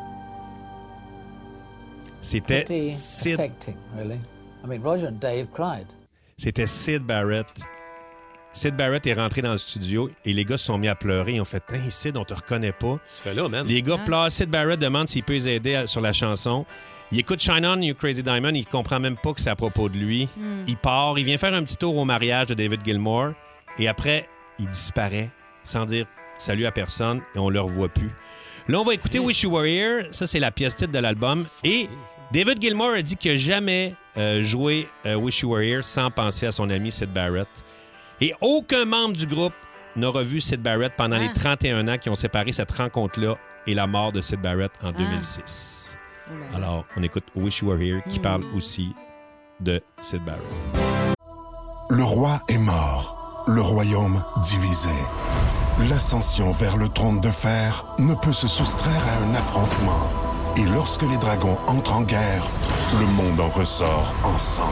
C'était pretty Syd, affecting, really. I mean, Roger and Dave cried. c'était Syd Barrett. Syd Barrett est rentré dans le studio et les gars se sont mis à pleurer. Ils ont fait « Hey, Syd, on te reconnaît pas. » Tu fais là, man. Les gars Hein? pleurent. Syd Barrett demande s'il peut les aider à- sur la chanson. Il écoute Shine On You Crazy Diamond. Il comprend même pas que c'est à propos de lui. Mm. Il part. Il vient faire un petit tour au mariage de David Gilmour. Et après, il disparaît sans dire salut à personne et on le revoit plus. Là, on va écouter Wish You Were Here. Ça, c'est la pièce titre de l'album. Et David Gilmour a dit qu'il n'a jamais euh, joué euh, Wish You Were Here sans penser à son ami Syd Barrett. Et aucun membre du groupe n'a revu Syd Barrett pendant Ah. les trente et un ans qui ont séparé cette rencontre-là et la mort de Syd Barrett en Ah. deux mille six. Oh là là. Alors, on écoute Wish You Were Here qui Mm. parle aussi de Syd Barrett. Le roi est mort, le royaume divisé. L'ascension vers le trône de fer ne peut se soustraire à un affrontement. Et lorsque les dragons entrent en guerre, le monde en ressort en cendres.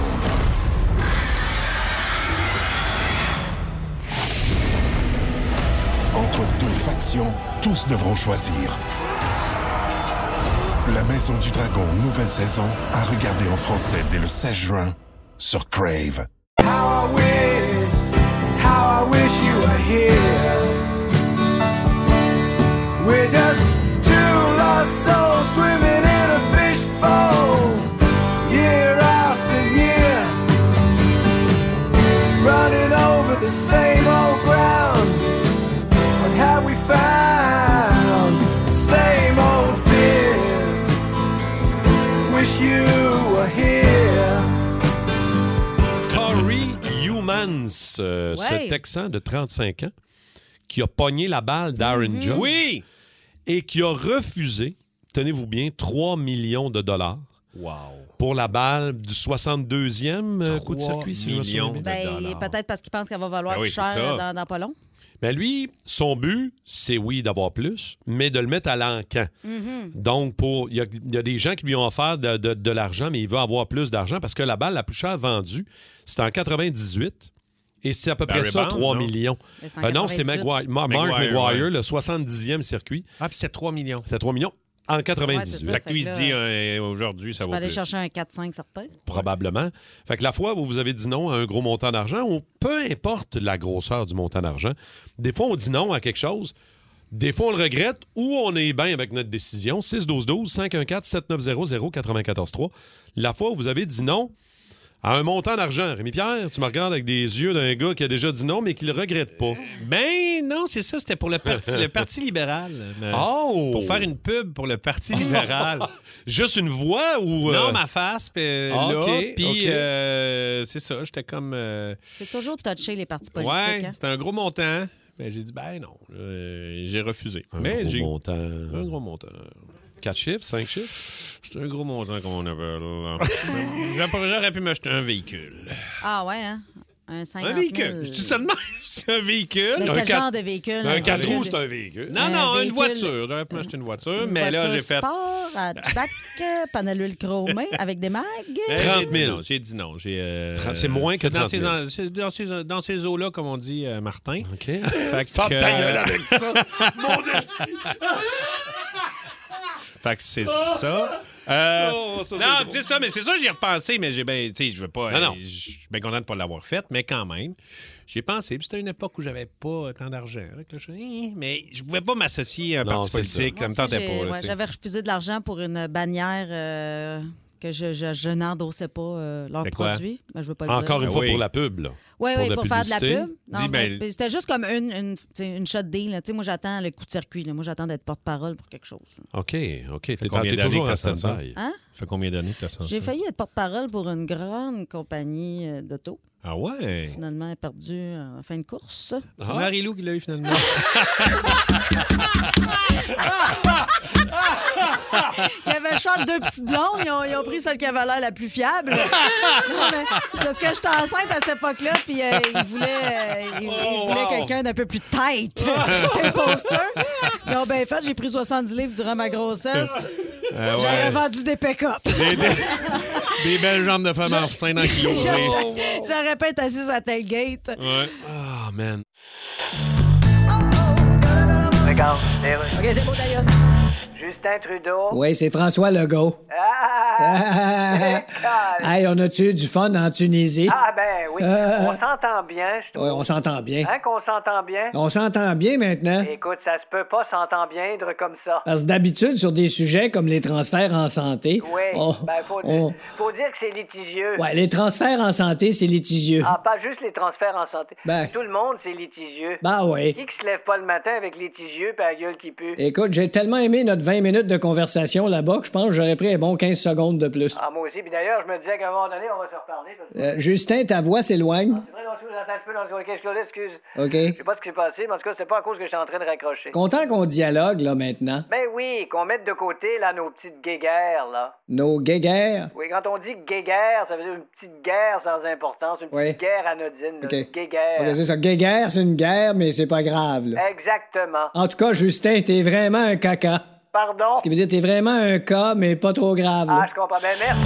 Entre deux factions, tous devront choisir. La Maison du Dragon, nouvelle saison, à regarder en français dès le seize juin sur Crave. How I wish, how I wish you were here. We're just two lost souls swimming in a fishbowl, year after year, running over the same old ground. What have we found? The same old fears. Wish you were here. Corey Humans, euh, Ouais. ce Texan de trente-cinq ans, qui a pogné la balle d'Aaron Mhm. Judge. Oui! Et qui a refusé, tenez-vous bien, trois millions de dollars Wow! pour la balle du soixante-deuxième euh, coup de trois circuit, si je me millions. souviens bien. Ben, dollars. peut-être parce qu'il pense qu'elle va valoir Ben oui, plus c'est cher ça. dans, dans pas long. Ben lui, son but, c'est oui d'avoir plus, mais de le mettre à l'encan. Mhm. Donc, pour il y, a- il y a des gens qui lui ont offert de, de- de l'argent, mais il veut avoir plus d'argent parce que la balle la plus chère vendue, c'était en quatre-vingt-dix-huit. Et c'est à peu près Barry ça, Bonds, trois non? millions. Mais c'est en Euh, non, c'est quatre-vingt-dix-huit. Maguire, Ma- Mark Maguire, Maguire, ouais. le soixante-dixième circuit. Ah, puis c'est trois millions. C'est trois millions en Ouais, c'est quatre-vingt-dix-huit. ça. Fait que lui, il Fait se que dit, là, euh, aujourd'hui, ça Je peux va aller plus. chercher un quatre cinq certain. Probablement. Fait que la fois où vous avez dit non à un gros montant d'argent, ou peu importe la grosseur du montant d'argent, des fois on dit non à quelque chose, des fois on le regrette ou on est bien avec notre décision. six douze douze cinq un quatre sept neuf zéro zéro neuf quatre trois. La fois où vous avez dit non À un montant d'argent. Rémi-Pierre, tu me regardes avec des yeux d'un gars qui a déjà dit non, mais qui le regrette pas. Ben non, c'est ça, c'était pour le parti, le parti libéral. Euh, Oh! Pour faire une pub pour le Parti libéral. Juste une voix ou... euh, Non, ma face, puis euh, Ah, là, ok, puis ok. euh, c'est ça, j'étais comme... euh, C'est toujours touché, les partis politiques. ouais, hein? c'était un gros montant. Ben, j'ai dit, ben non, euh, j'ai refusé. Un Mais gros j'ai... montant. Un gros montant. Quatre chiffres, cinq chiffres? C'est un gros montant qu'on appelle. J'aurais j'aurais pu m'acheter un véhicule. Ah ouais, hein? Un cinquante Un mille. véhicule. Je dis ça de même. C'est un véhicule. Mais un quel quatre- genre de véhicule? Un quatre véhicule roues, de- c'est un véhicule. Non, Un non, une véhicule- voiture. J'aurais pu m'acheter une voiture, Une mais là, voiture j'ai fait... sport, à bac, panelule chromée, avec des mags. Ben, trente j'ai dit mille. non, J'ai dit non. J'ai, euh, Trente- c'est moins que dans trente ces, mille. en- c'est dans ces, dans ces eaux-là, comme on dit, euh, Martin. OK. Fait Ferme que, ta gueule euh, avec ça, mon esti. Fait que c'est ça. Euh, Oh, ça, c'est non, drôle. c'est ça, mais c'est ça, j'y ai repensé, mais j'ai bien, tu sais, je veux pas. Non, non. euh, Je suis bien content de pas l'avoir fait, mais quand même, j'ai pensé. Puis c'était une époque où j'avais pas tant d'argent. Fait que là, je suis, mais je pouvais pas m'associer à un Non, parti c'est politique, ça me Moi aussi, tentait j'ai- pas. là, ouais, tu sais. j'avais refusé de l'argent pour une bannière euh, que je, je, je n'endossais pas euh, leurs C'est quoi? produits. Mais je veux pas le Encore dire. une fois oui. pour la pub, là. Oui, pour oui, la pour faire de la publicité. pub. Non, Dis, mais- ben- mais c'était juste comme une, une, tu sais, une shot deal. là. Tu sais, moi, j'attends le coup de circuit. là. Moi, j'attends d'être porte-parole pour quelque chose. là. OK, OK. T'es, combien t'es d'années toujours que en t'as ça? stand-by. Hein? Ça fait combien d'années que tu as ça? J'ai failli être porte-parole pour une grande compagnie euh, d'auto. Ah ouais? Finalement, elle a perdu en fin de course. C'est Marie-Lou qui l'a eu finalement. Il y avait le choix de deux petites blondes. Ils ont, ils ont pris celle qui avait l'air la plus fiable. Non, mais c'est parce que j'étais enceinte à cette époque-là, puis euh, ils voulaient, euh, ils, ils Oh, voulaient wow. quelqu'un d'un peu plus tight. C'est le poster. Ils ont bien fait. J'ai pris soixante-dix livres durant ma grossesse. Ah ouais. J'aurais vendu des pick-up. Des, des- des belles jambes de femme en cinquante kilos. J'aurais j'aurais pas été assise à tailgate. Ouais. Ah, man. Regarde, les rues. OK, c'est beau, d'ailleurs. Justin Trudeau. Oui, c'est François Legault. Ah, Hey, on a-tu eu du fun en Tunisie? ah ben oui, Euh. on s'entend bien, je trouve. Ouais, on s'entend bien. Hein, qu'on s'entend bien? On s'entend bien maintenant. Écoute, ça se peut pas s'entendre bien comme ça. Parce que d'habitude, sur des sujets comme les transferts en santé, Oui, on- ben faut, on- dire, faut dire que c'est litigieux. ouais, les transferts en santé, c'est litigieux. Ah, pas juste les transferts en santé. Ben. Tout le monde, c'est litigieux. Ben oui. Qui qui se lève pas le matin avec litigieux pis la gueule qui pue? Écoute, j'ai tellement aimé notre vingt minutes de conversation là-bas que je pense que j'aurais pris un bon quinze secondes de plus. Ah, moi aussi. Puis d'ailleurs, je me disais qu'à un moment donné, on va se reparler. Parce que... Euh, Justin, ta voix s'éloigne. C'est vrai, donc, si vous entendez un peu dans le question, excuse. OK. Je sais pas ce qui s'est passé, mais en tout cas, c'est pas à cause que j'étais en train de raccrocher. Content qu'on dialogue, là, maintenant. Ben oui, qu'on mette de côté, là, nos petites guéguerres, là. Nos guéguerres. Oui, quand on dit guéguerre, ça veut dire une petite guerre sans importance, une petite Oui. guerre anodine, là, OK. une guéguerre. OK, c'est ça. Guéguerre, c'est une guerre, mais c'est pas grave, là. Exactement. En tout cas, Justin, t'es vraiment un caca. Pardon? Ce qui veut dire t'es vraiment un cas, mais pas trop grave, là. Ah, je comprends. Ben merci.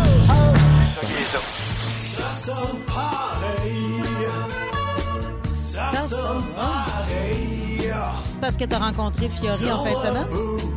Ça sonne pareil. Ça Ça sonne sonne pareil. C'est parce que t'as rencontré Fiori en fin de semaine?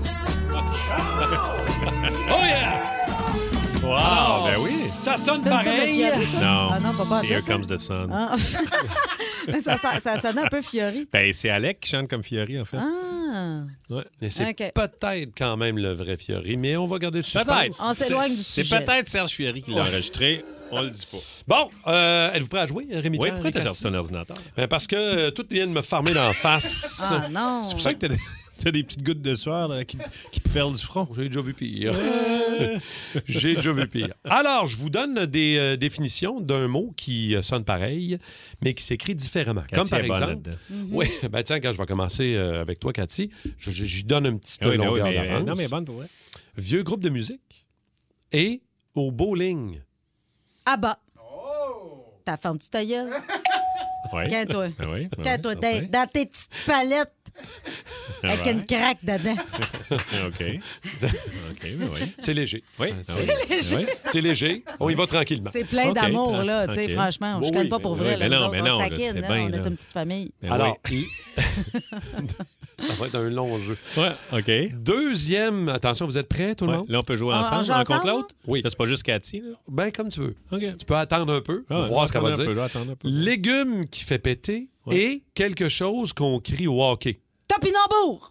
Oh yeah! Wow, ben oui. Ça sonne C'est une toune de pareil. Fiori, ça? Non, Ah non, pas pas c'est Here Comes the Sun. Ah. ça, ça, ça sonnait un peu Fiori. Ben, c'est Alec qui chante comme Fiori, en fait. Ah. Ouais. Mais c'est OK. peut-être quand même le vrai Fiori, mais on va garder le suspense. Peut-être. On s'éloigne du C'est sujet. peut-être Serge Fiori qui l'a Ouais. enregistré. On le dit pas. Bon, euh, êtes-vous prêt à jouer, Rémi Oui, Pierre, pourquoi t'as Cathy? sorti ton ordinateur? Ben, parce que euh, tout vient de me farmer d'en face. Ah non. C'est pour ça que t'as des, t'as des petites gouttes de sueur là, qui, qui te perlent du front. J'ai déjà vu pire. J'ai déjà vu pire. Alors, je vous donne des euh, définitions d'un mot qui euh, sonne pareil, mais qui s'écrit différemment. Cathy Comme par est bonne exemple. là-dedans. Oui, ben tiens, quand je vais commencer euh, avec toi, Cathy, je, je, je lui donne une petite Ah oui, ben longueur oui, mais, d'avance. non, mais bonne pour vrai. Vieux groupe de musique et au bowling. Ah bah. T'as ferme-tu ta gueule? Oui. Calme-toi. Ah oui, ah Calme-toi. oui, Dans- ah oui. Dans tes petites palettes avec Alright. une craque dedans. OK. OK, ben oui. C'est léger. Oui. C'est ah oui. léger. Oui. C'est léger. On y va tranquillement. C'est plein OK, d'amour, tra- là. Tu sais, tranquille. franchement, on ne Oui, chicane oui, pas pour oui, vrai. mais là, non, nous mais autres, non, on je se taquine, sais là, bien, on est là. une petite famille. Ben Alors, oui. ça va être un long jeu. Ouais, OK. Deuxième, attention, vous êtes prêts, tout le Ouais, monde? là, on peut jouer On- on ensemble, joue un ensemble, contre l'autre? Oui. Là, c'est pas juste Cathy, là? Ben, comme tu veux. OK. Tu peux attendre un peu pour Ah, voir ce qu'elle va attends un dire. peu, là, attends un peu. Légume qui fait péter Ouais. et quelque chose qu'on crie au hockey. Topinambour!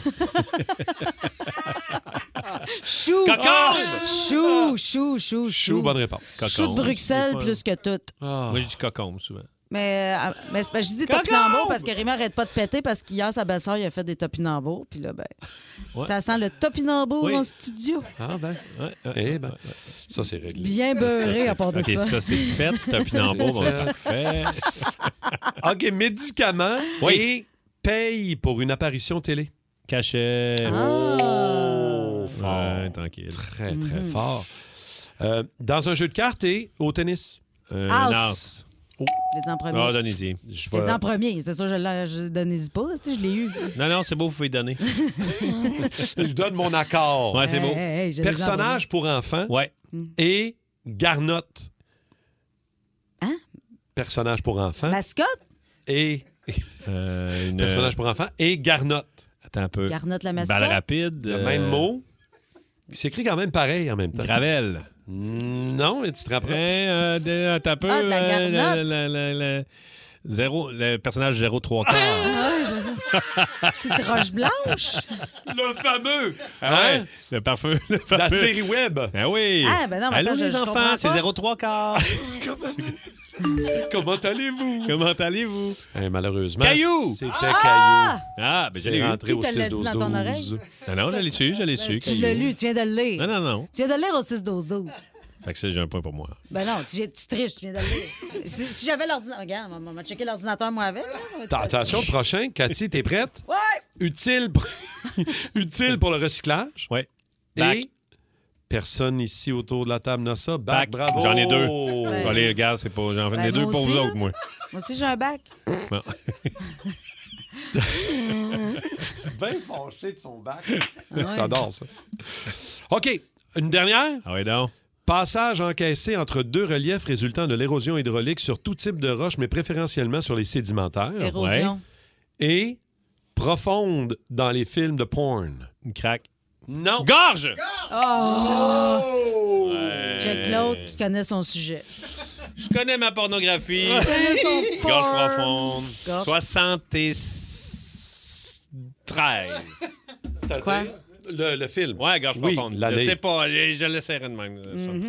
Chou! Cocombe! Chou, chou, chou, chou. Chou, bonne réponse. Chou de Bruxelles plus que tout. Moi, je dis cocombe souvent. Mais, euh, mais c'est parce que je dis Cocombe! topinambour parce que Rémi arrête pas de péter parce qu'hier, sa belle-sœur, il a fait des topinambours. Puis là, ben, Ouais. ça sent le topinambour Oui. en studio. Ah ben, eh ben, ça c'est réglé. Bien beurré à part de OK, ça. ça, c'est fait. Topinambour, bon, C'est parfait. OK, médicaments et paye pour une apparition télé. Cachet. Ah. Oh, fort. Ouais, tranquille. Très, très Mhm. fort. Euh, dans un jeu de cartes et au tennis. Euh, House. Nas. Les en premier. Ah, donnez-y. Je Les vais- en premier, c'est ça, je l'ai donné pas, si je l'ai eu. Non, non, c'est beau, vous pouvez donner. Je donne mon accord. Ouais, c'est beau. Hey, hey, hey, je les ai Personnage pour enfants Ouais. et garnotte. Hein? Personnage pour enfants Mascotte? et... Euh, une... Personnage pour enfants et garnotte. Attends un peu. Garnotte la mascotte? Balle rapide. Le euh, même mot. Il s'écrit quand même pareil en même temps. Gravel. Mm, Non, mais tu te rapproches. Hein, euh, de- attends un peu. Ah, de la euh, garnotte. le, le- le- le- zéro, le personnage zéro trois quarts. Ah, ouais, c'est ça. Petite roche blanche? Le fameux. Ah ouais? Hein? Le parfum. Le La fameux. série web. Ah oui. Ah, ben non, mais Allô, attends, je- les je enfants, comprends c'est pas. zéro trois quarts. Comment allez-vous? Comment allez-vous? Eh, malheureusement, Caillou! c'était Ah! Ah, ben C'est j'ai eu. rentré Qui au te l'a six dit douze dans ton douze. oreille? Non, non, je l'ai su, je l'ai su. Tu Caillou. l'as lu, tu viens de le lire. Non, non, non. Tu viens de le lire au six douze douze. Fait que ça, j'ai un point pour moi. Ben non, tu, viens- tu triches, tu viens de le lire. Si, si j'avais l'ordinateur... Regarde, on va checker l'ordinateur, moi, avec. là, ça va être- T'as- Attention, le prochain. Cathy, t'es prête? Ouais! Utile pour, Utile pour le recyclage. Ouais. Bac. Et personne ici autour de la table n'a ça. Bac, Bac. bravo. J'en ai deux. Ouais. Allez, regarde, c'est pas. J'en ai Ben, deux moi pour aussi, vous là. autres, moi. Moi aussi, j'ai un bac. Bon. Bien fâché de son bac. Ouais. J'adore ça. OK, une dernière. Ah oui, donc. Passage encaissé entre deux reliefs résultant de l'érosion hydraulique sur tout type de roche, mais préférentiellement sur les sédimentaires. Érosion. Et profonde dans les films de porn. Une craque. Non. Gorge! Oh! Ouais. Check l'autre qui connaît son sujet. Je connais ma pornographie. connaît son Gorge porn. profonde. Gorge- soixante-treize. C'est-à-dire Quoi? Le, le film. Ouais, gorge Oui, profonde. Je l'année. sais pas, je je l'essaierai de même.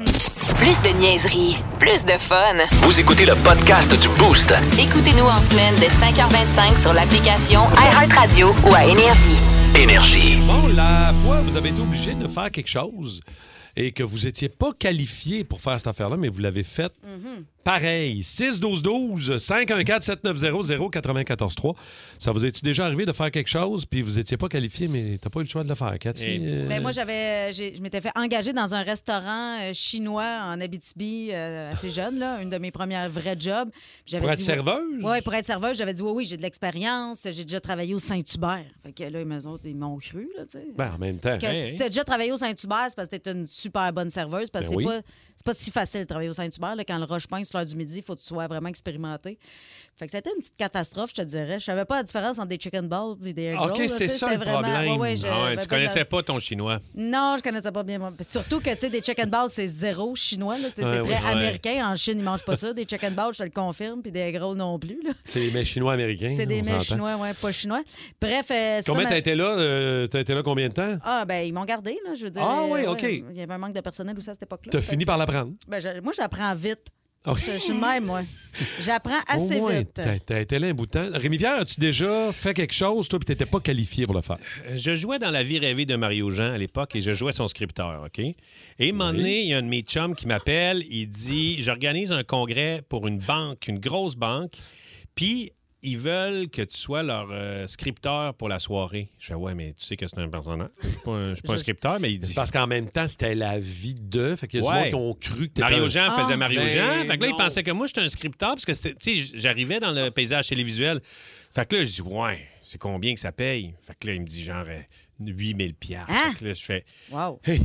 Plus de niaiserie, plus de fun. Vous écoutez le podcast du Boost. Écoutez-nous en semaine de cinq heures vingt-cinq sur l'application iHeartRadio ou à Énergie. Énergie. Bon, la fois, vous avez été obligé de faire quelque chose et que vous n'étiez pas qualifié pour faire cette affaire-là, mais vous l'avez fait pareil. six douze douze, cinq un quatre, sept neuf zéro, zéro neuf quatre trois. Ça vous est-tu déjà arrivé de faire quelque chose puis vous n'étiez pas qualifié, mais t'as pas eu le choix de le faire, Cathy? Eh. Euh, Mais moi, j'avais, j'ai- je m'étais fait engager dans un restaurant euh, chinois en Abitibi, euh, assez jeune, là, une de mes premières vrais jobs. Puis j'avais Pour être dit, serveuse? Oui, pour être serveuse, j'avais dit oui, oui, j'ai de l'expérience, j'ai déjà travaillé au Saint-Hubert. Fait que là, les autres, ils m'ont cru, là, tu sais. Ben, en même temps. Parce que Hey, si hey. t'as déjà travaillé au Saint-Hubert, c'est parce que t'es une super bonne serveuse. Parce que Ben c'est, oui. pas, c'est pas si facile de travailler au Saint-Hubert. Là, quand le roche-pain sur l'heure du midi, il faut que tu sois vraiment expérimenté. Fait que ça a été une petite catastrophe, je te dirais. Je savais pas la différence entre des chicken balls et des egg rolls. OK, là, c'est tu sais, ça, c'était le vraiment... problème. Ouais, ouais, je- Ah ouais, ben, tu ben, connaissais pas ton chinois. Non, je connaissais pas bien. Puis surtout que, tu sais, des chicken balls, c'est zéro chinois. Là, tu sais, Ouais, c'est oui. très Ouais. américain. En Chine, ils mangent pas ça. Des chicken balls, je te le confirme. Puis des egg rolls non plus. Là. C'est les mets chinois américains. C'est des on mets s'entend. chinois, ouais, pas chinois. Bref, euh, ça Combien m'a- t'as été là? euh, t'as été là combien de temps? Ah, ben, ils m'ont gardé, là, je veux dire. Ah euh, oui, ouais, OK. Il y avait un manque de personnel aussi à cette époque-là. T'as Fait fini que- par l'apprendre. Ben, je- moi, j'apprends vite. OK. Je, je suis de même, moi. J'apprends assez Au moins, vite. t'as, t'as été là un bout de temps. Rémi-Pierre, as-tu déjà fait quelque chose, toi, puis t'étais pas qualifié pour le faire? Je jouais dans La vie rêvée de Mario Jean à l'époque et je jouais son scripteur, OK? Et à un moment donné, il y a un de mes chums qui m'appelle, il dit « J'organise un congrès pour une banque, une grosse banque, puis ils veulent que tu sois leur euh, scripteur pour la soirée. » Je fais « Ouais, mais tu sais que c'est un personnage. Je suis pas un, je suis pas un Je- scripteur, mais il dit... C'est parce qu'en même temps, c'était la vie de. Fait qu'il y a du Ouais. monde qui ont cru que t'étais Mario un- Jean faisait Ah, Mario ben Jean. Fait que là, il non. pensait que moi, j'étais un scripteur parce que c'était, tu sais, j'arrivais dans le paysage télévisuel. Fait que là, je dis, ouais, c'est combien que ça paye? Fait que là, il me dit genre euh, huit mille piastres. Hein? Fait que là, je fais, Wow. hey,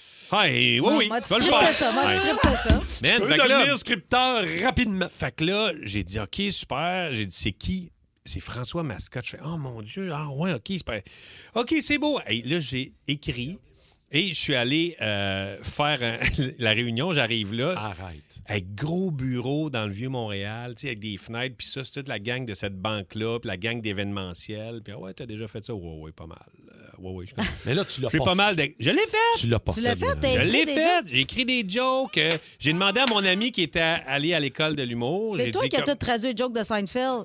hey, oui, oui, Moi, tu va le scriptes faire. ça. Moi, tu Ouais. scriptes ça. Man, Tu peux fait que là, devenir scripteur rapidement. fait que là, j'ai dit, OK, super. J'ai dit, c'est qui? C'est François Mascotte. Je fais, oh mon Dieu, ah ouais, OK, c'est pas... OK, c'est beau. Hey, là, j'ai écrit Et je suis allé euh, faire un- la réunion. J'arrive là. Arrête. Avec gros bureau dans le Vieux-Montréal, tu sais, avec des fenêtres. Puis ça, c'est toute la gang de cette banque-là, puis la gang d'événementiel. Puis, ah ouais, t'as déjà fait ça? Ouais, ouais, pas mal. Euh, ouais, ouais, je connais. Mais là, tu l'as J'ai pas pas mal de... Je l'ai fait! Tu l'as pas Tu l'as fait, là. t'as Je écrit l'ai des fait! jokes? J'ai écrit des jokes. euh, J'ai demandé à mon ami qui était allé à l'école de l'humour. C'est j'ai toi dit qui as comme- tout traduit le joke de Seinfeld.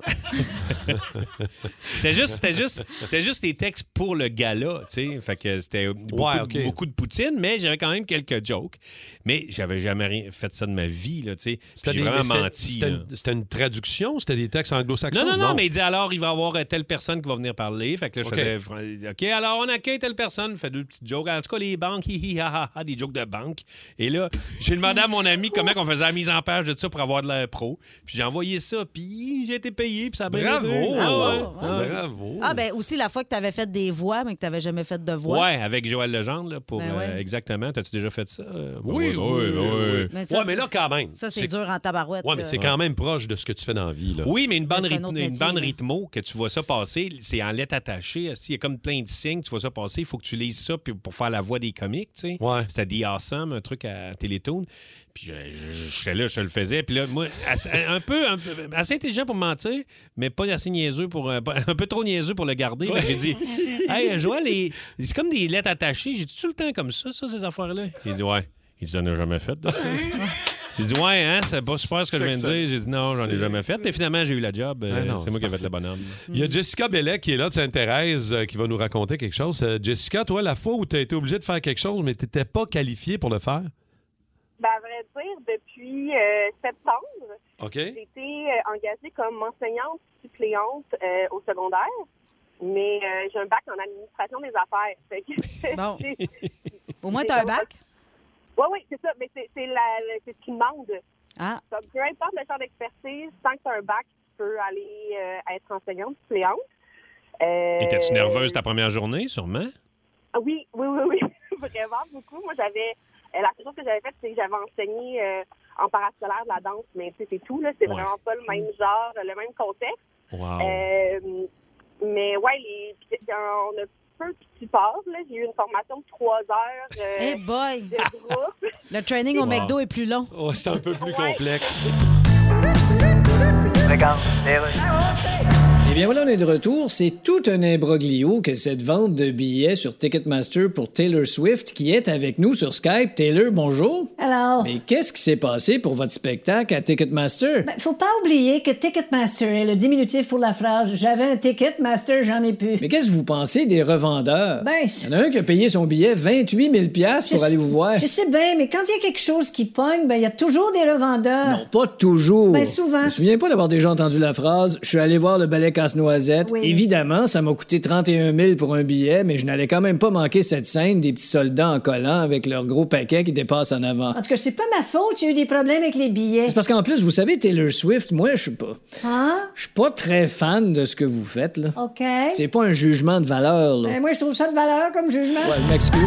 C'était juste, c'était juste, c'était juste des textes pour le gala, tu sais. Fait que c'était beaucoup, Ouais, de- ok. beaucoup de poutine, mais j'avais quand même quelques jokes. Mais j'avais jamais rien fait ça de ma vie, là, tu sais. Puis C'était J'ai des- vraiment mais c'était- menti. C'était là. une, c'était une traduction? C'était des textes anglo-saxons? Non, non, non, mais il dit alors, il va y avoir euh, telle personne qui va venir parler. Fait que là, je OK. faisais, OK, alors on accueille telle personne, je fais deux petites jokes. En tout cas, les banques, hi, hi, ha, ha, ha, des jokes de banque. Et là, j'ai demandé à mon ami comment on faisait la mise en page de ça pour avoir de l'air pro. Puis j'ai envoyé ça, puis j'ai été payé, puis ça a bien Bravo! été. Ah ouais. Ah ouais. Bravo! Ah, ben aussi la fois que tu avais fait des voix, mais que tu n'avais jamais fait de voix. Ouais, avec Joël Legendre, là, pour Ben euh, ouais. exactement. T'as-tu déjà fait ça? Euh, Oui, ouais, oui, ouais, oui, ouais. oui. Mais ça, ouais, mais c'est- là, quand même. Ça, c'est dur en tabarouette. Ouais, mais là. c'est quand même proche de ce que tu fais dans la vie, là. Oui, mais une bande, Mais c'est un rythme- autre une métier, bande là. rythmo, que tu vois ça passer, c'est en lettres attachées. Il y a comme plein de signes, tu vois ça passer. Il faut que tu lises ça puis pour faire la voix des comiques, tu sais. Ouais. C'était The Awesome, un truc à Télétoon. Puis je- je- j'étais là, je le faisais. Puis là, moi, assez- un peu, un peu- assez intelligent pour mentir, mais pas assez niaiseux pour... euh, pas- un peu trop niaiseux pour le garder. Fait que j'ai dit, « Hey, Joël, les- c'est comme des lettres attachées. J'ai dit, tout le temps comme ça, ça, ces affaires-là? » Il dit, « Ouais. » Il dit, « T'en as jamais fait. » J'ai dit, ouais, hein, c'est pas super ce que je viens de dire. J'ai dit, non, j'en ai jamais fait. Mais finalement, j'ai eu la job. Euh, Ah non, c'est c'est moi qui ai fait parfait. le bonhomme. Il y a Jessica Bellet qui est là de Sainte-Thérèse euh, qui va nous raconter quelque chose. Euh, Jessica, toi, la fois où tu as été obligée de faire quelque chose, mais tu n'étais pas qualifiée pour le faire? Ben, à vrai dire, depuis euh, septembre, OK. j'ai été euh, engagée comme enseignante suppléante euh, au secondaire, mais euh, j'ai un bac en administration des affaires. Fait que- Bon. c'est- Au moins, tu as un bac? Oui, oui, c'est ça, mais c'est c'est la- la- c'est ce qu'ils demandent. Ah. Comme, peu importe le champ d'expertise, tant que tu as un bac, tu peux aller euh, être enseignante suppléante. Euh, Étais-tu nerveuse ta première journée, sûrement? Ah oui, oui, oui, oui, vraiment beaucoup. Moi, j'avais... euh, la seule chose que j'avais faite, c'est que j'avais enseigné euh, en parascolaire de la danse, mais tu sais, c'est tout, là. C'est Ouais. vraiment pas le même genre, le même contexte. Wow. Euh, mais ouais, les, puis, on a peu de support, là. J'ai eu une formation de trois heures euh, Hey boy! de groupe. Le training au Wow. McDo est plus long. Oh, c'est un peu plus Ouais. complexe. Regarde, Eh bien voilà, on est de retour. C'est tout un imbroglio que cette vente de billets sur Ticketmaster pour Taylor Swift qui est avec nous sur Skype. Taylor, bonjour. Alors, Mais qu'est-ce qui s'est passé pour votre spectacle à Ticketmaster? ben, faut pas oublier que Ticketmaster est le diminutif pour la phrase « J'avais un Ticketmaster, j'en ai plus Mais qu'est-ce que vous pensez des revendeurs? Ben, Il y en a un qui a payé son billet vingt-huit mille piastres pour Je aller sais- vous voir. Je sais bien, mais quand il y a quelque chose qui pogne, ben il y a toujours des revendeurs. Non, pas toujours. Ben, souvent. Je me souviens pas d'avoir déjà entendu la phrase « Je suis allé voir le ballet Casse-Noisette. Oui. Évidemment, ça m'a coûté trente et un mille pour un billet, mais je n'allais quand même pas manquer cette scène des petits soldats en collant avec leur gros paquet qui dépasse en avant. En tout cas, c'est pas ma faute, il y a eu des problèmes avec les billets. C'est parce qu'en plus, vous savez, Taylor Swift, moi, je suis pas... Hein? Je suis pas très fan de ce que vous faites, là. OK. C'est pas un jugement de valeur, là. Ben, moi, je trouve ça de valeur comme jugement. Ouais, je m'excuse.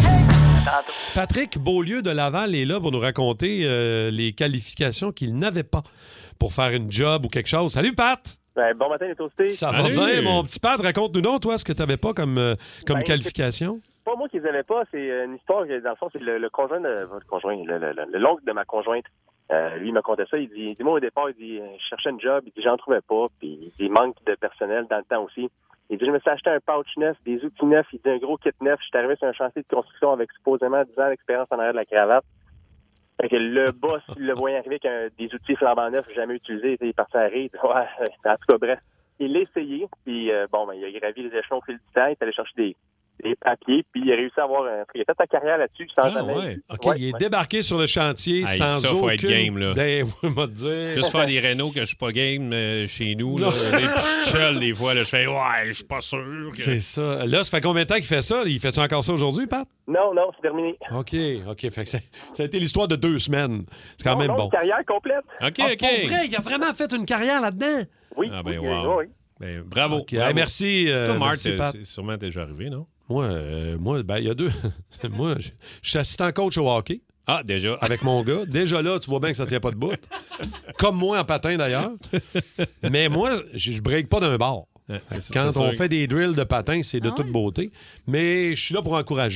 Patrick Beaulieu de Laval est là pour nous raconter euh, les qualifications qu'il n'avait pas pour faire une job ou quelque chose. Salut, Pat! Ben, bon matin, les toastés. Ça va bien, mon petit Pat? Raconte-nous donc, toi, ce que tu n'avais pas comme, euh, comme Ben, qualification. C'est pas moi qui les avais pas, c'est euh, une histoire, que, dans le fond, c'est le, le conjoint de votre conjoint, le, le, le- l'oncle de ma conjointe. Euh, lui, il me contait ça, il dit, il dit, moi, au départ, il dit, euh, je cherchais un job, il dit, j'en trouvais pas, puis il dit, il manque de personnel dans le temps aussi. Il dit, je me suis acheté un pouch neuf, des outils neufs, il dit, un gros kit neuf, je suis arrivé sur un chantier de construction avec supposément dix ans d'expérience en arrière de la cravate. Fait que le boss, il le voyait arriver avec un- des outils flambant neufs, jamais utilisés, il est parti à rire, ouais, en tout cas, bref. Il l'a essayé, puis euh, bon, ben, il a gravi les échelons au fil du temps, il est allé chercher des, des papiers, puis il a réussi à avoir un... Il a fait sa carrière là-dessus sans Ah, jamais... ouais. OK, Ouais, il est ouais. débarqué sur le chantier Hey, sans ça, faut aucune... être game, là. Ben, oui, m'a dire. Juste faire des rénaux que je suis pas game euh, chez nous. Là. Puis je suis seul des fois. Là, je fais, ouais, je suis pas sûr. Que... C'est ça. Là, ça fait combien de temps qu'il fait ça? Il fait-tu encore ça aujourd'hui, Pat? Non, non, c'est terminé. OK, OK. Fait que ça, ça a été l'histoire de deux semaines. C'est quand Non, même non, bon. une carrière complète. OK, Ah, OK. pour vrai, il a vraiment fait une carrière là-dedans. Oui, Ah, ben, oui, wow. oui. Ben, bravo. OK. bravo. Hey, merci. euh, Toi, Marc, merci, c'est- Pat. c'est sûrement déjà arrivé, non? Moi, euh, moi, ben, il y a deux. moi, je je suis assistant coach au hockey. Ah, déjà. Avec mon gars. Déjà là, tu vois bien que ça tient pas de bout. Comme moi en patin, d'ailleurs. Mais moi, je je break pas d'un bord. Ouais, c'est- Quand c'est on sûr. fait des drills de patin, c'est de Ah toute ouais? beauté. Mais je suis là pour encourager.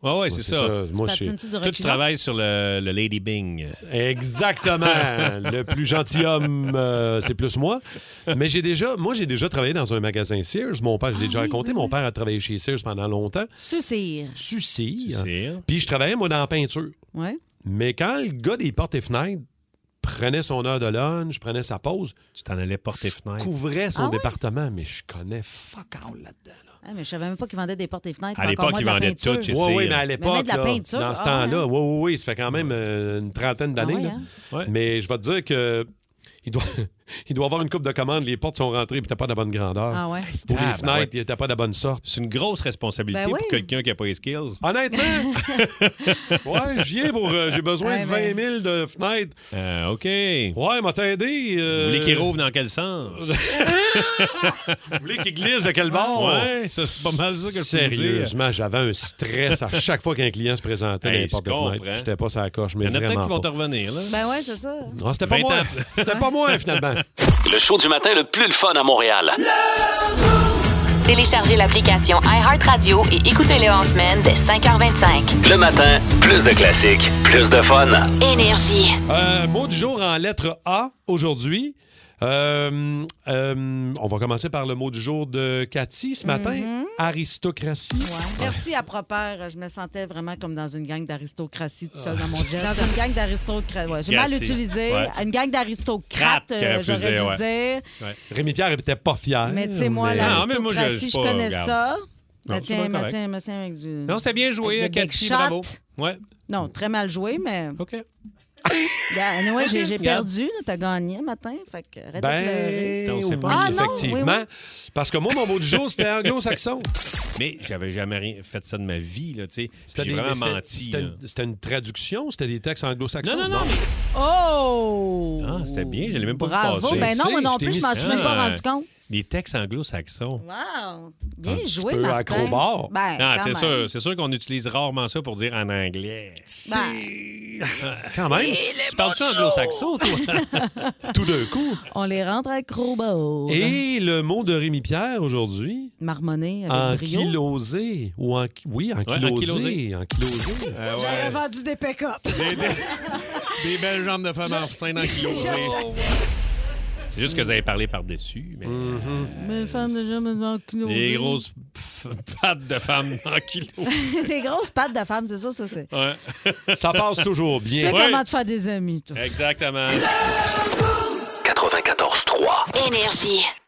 Ouais, ouais, c'est, c'est ça. ça. Moi, je suis- patines-tu du Toi, tu reculon? travailles sur le, le Lady Bing. Exactement. Le plus gentilhomme, euh, c'est plus moi. Mais j'ai déjà, moi, j'ai déjà travaillé dans un magasin Sears. Mon père, je l'ai déjà raconté, mon père a travaillé chez Sears pendant longtemps. Sucir. Sucir. Sucir. Puis je travaillais, moi, dans la peinture. Ouais. Mais quand le gars des portes et fenêtres prenait son heure de lunch, prenait sa pause, Tu t'en allais porter fenêtre. couvrait son Ah ouais? département, mais je connais fuck all là-dedans. Là. Ah, mais je savais même pas qu'ils vendaient des portes et fenêtres. À encore l'époque, moins ils de la vendaient peinture. tout chez Oui, Sears. oui, mais à Mais l'époque, mettre de la là, peinture, dans ce ah temps-là, ouais. oui, oui, oui, ça fait quand même euh, une trentaine d'années. Ah ouais, là. hein? Ouais. Mais je vais te dire que il doit, il doit avoir une coupe de commandes. Les portes sont rentrées et t'as pas de la bonne grandeur. Ah ouais. Pour les Ah, ben fenêtres, ouais. t'as pas de la bonne sorte. C'est une grosse responsabilité Ben oui. pour quelqu'un qui n'a pas les skills. Honnêtement, ouais, j'y ai pour. euh, j'ai besoin Ouais, de ben- vingt mille de fenêtres. Euh, OK. Ouais, m'a t'aidé. euh, Vous voulez qu'il rouvre dans quel sens? Vous voulez qu'il glisse de quel bord? Ouais, ça, c'est pas mal ça que je peux vous dire. Sérieusement, j'avais un stress à chaque fois qu'un client se présentait Hey, dans les portes je de fenêtre. comprends. J'étais pas sur la coche, mais Il y en a peut-être vraiment qui vont te pas. revenir, là. Ben ouais, c'est ça. Non, c'était pas vingt moi. ans. C'était pas moi, finalement. Le show du matin le plus le fun à Montréal. Téléchargez l'application iHeartRadio et écoutez-le en semaine dès cinq heures vingt-cinq. Le matin, plus de classiques, plus de fun. Énergie. Euh, mot du jour en lettre A aujourd'hui. Euh, euh, on va commencer par le mot du jour de Cathy ce matin. Mhm. Aristocratie. Merci à Propère. Je me sentais vraiment comme dans une gang d'aristocratie tout seul dans mon jet. Dans une gang d'aristocrates. Ouais, j'ai mal Cathy. utilisé. Ouais. Une gang d'aristocrates, Crate, euh, qu'elle j'aurais dû faisait, ouais. dire. Ouais. Rémi-Pierre n'était pas fier. Mais tu sais, moi, mais- Non, mais moi, je- l'aristocratie, je je, suis pas- connais regarde. ça. Non, Me c'est tiens, pas me correct. tiens, me tiens avec du... Non, c'était bien joué, avec des Cathy, big shots. bravo. Ouais. Non, très mal joué, mais... OK. Yeah, ouais, j'ai, j'ai regarde. perdu, là, t'as gagné matin, fait que arrête de Ben, pleurer. On sait pas. Ah, oui, non, effectivement. oui, Parce que moi, mon mot du jour, c'était anglo-saxon. Mais j'avais jamais rien fait ça de ma vie, là, tu sais. C'était J'ai des- vraiment mais c'était- menti. C'était là. une, c'était une traduction? C'était des textes anglo-saxons? Non, non, non, mais- Oh! Ah, c'était bien, je l'ai même pas Bravo. vu passer. Ben non, moi non Je plus, t'ai je mis m'en ça. suis même pas rendu compte. Des textes anglo-saxons. Wow! Bien Un petit joué, peu Martin. acrobat. Ben, Ah, quand c'est même. sûr, c'est sûr qu'on utilise rarement ça pour dire en anglais. Ben, Quand même. Tu parles-tu anglo-saxon, toi? Tout d'un coup. on les rentre acrobats. Et le mot de Rémi-Pierre aujourd'hui? Marmonné avec brio. Ankylosé. Ou en, oui, ankylosé. ankylosé. Ankylosé. J'aurais vendu des pick-up. Des belles jambes de femme enceinte ankylosées. C'est juste que vous avez parlé par-dessus. Mais, Mes femmes déjà me ankylosées. des grosses p- pattes de femmes ankylosées. Des grosses pattes de femmes, c'est ça, ça c'est. Ouais. Ça passe toujours Tu bien. sais Ouais. comment te faire des amis, toi. Exactement. quatre-vingt-quatorze trois. Énergie.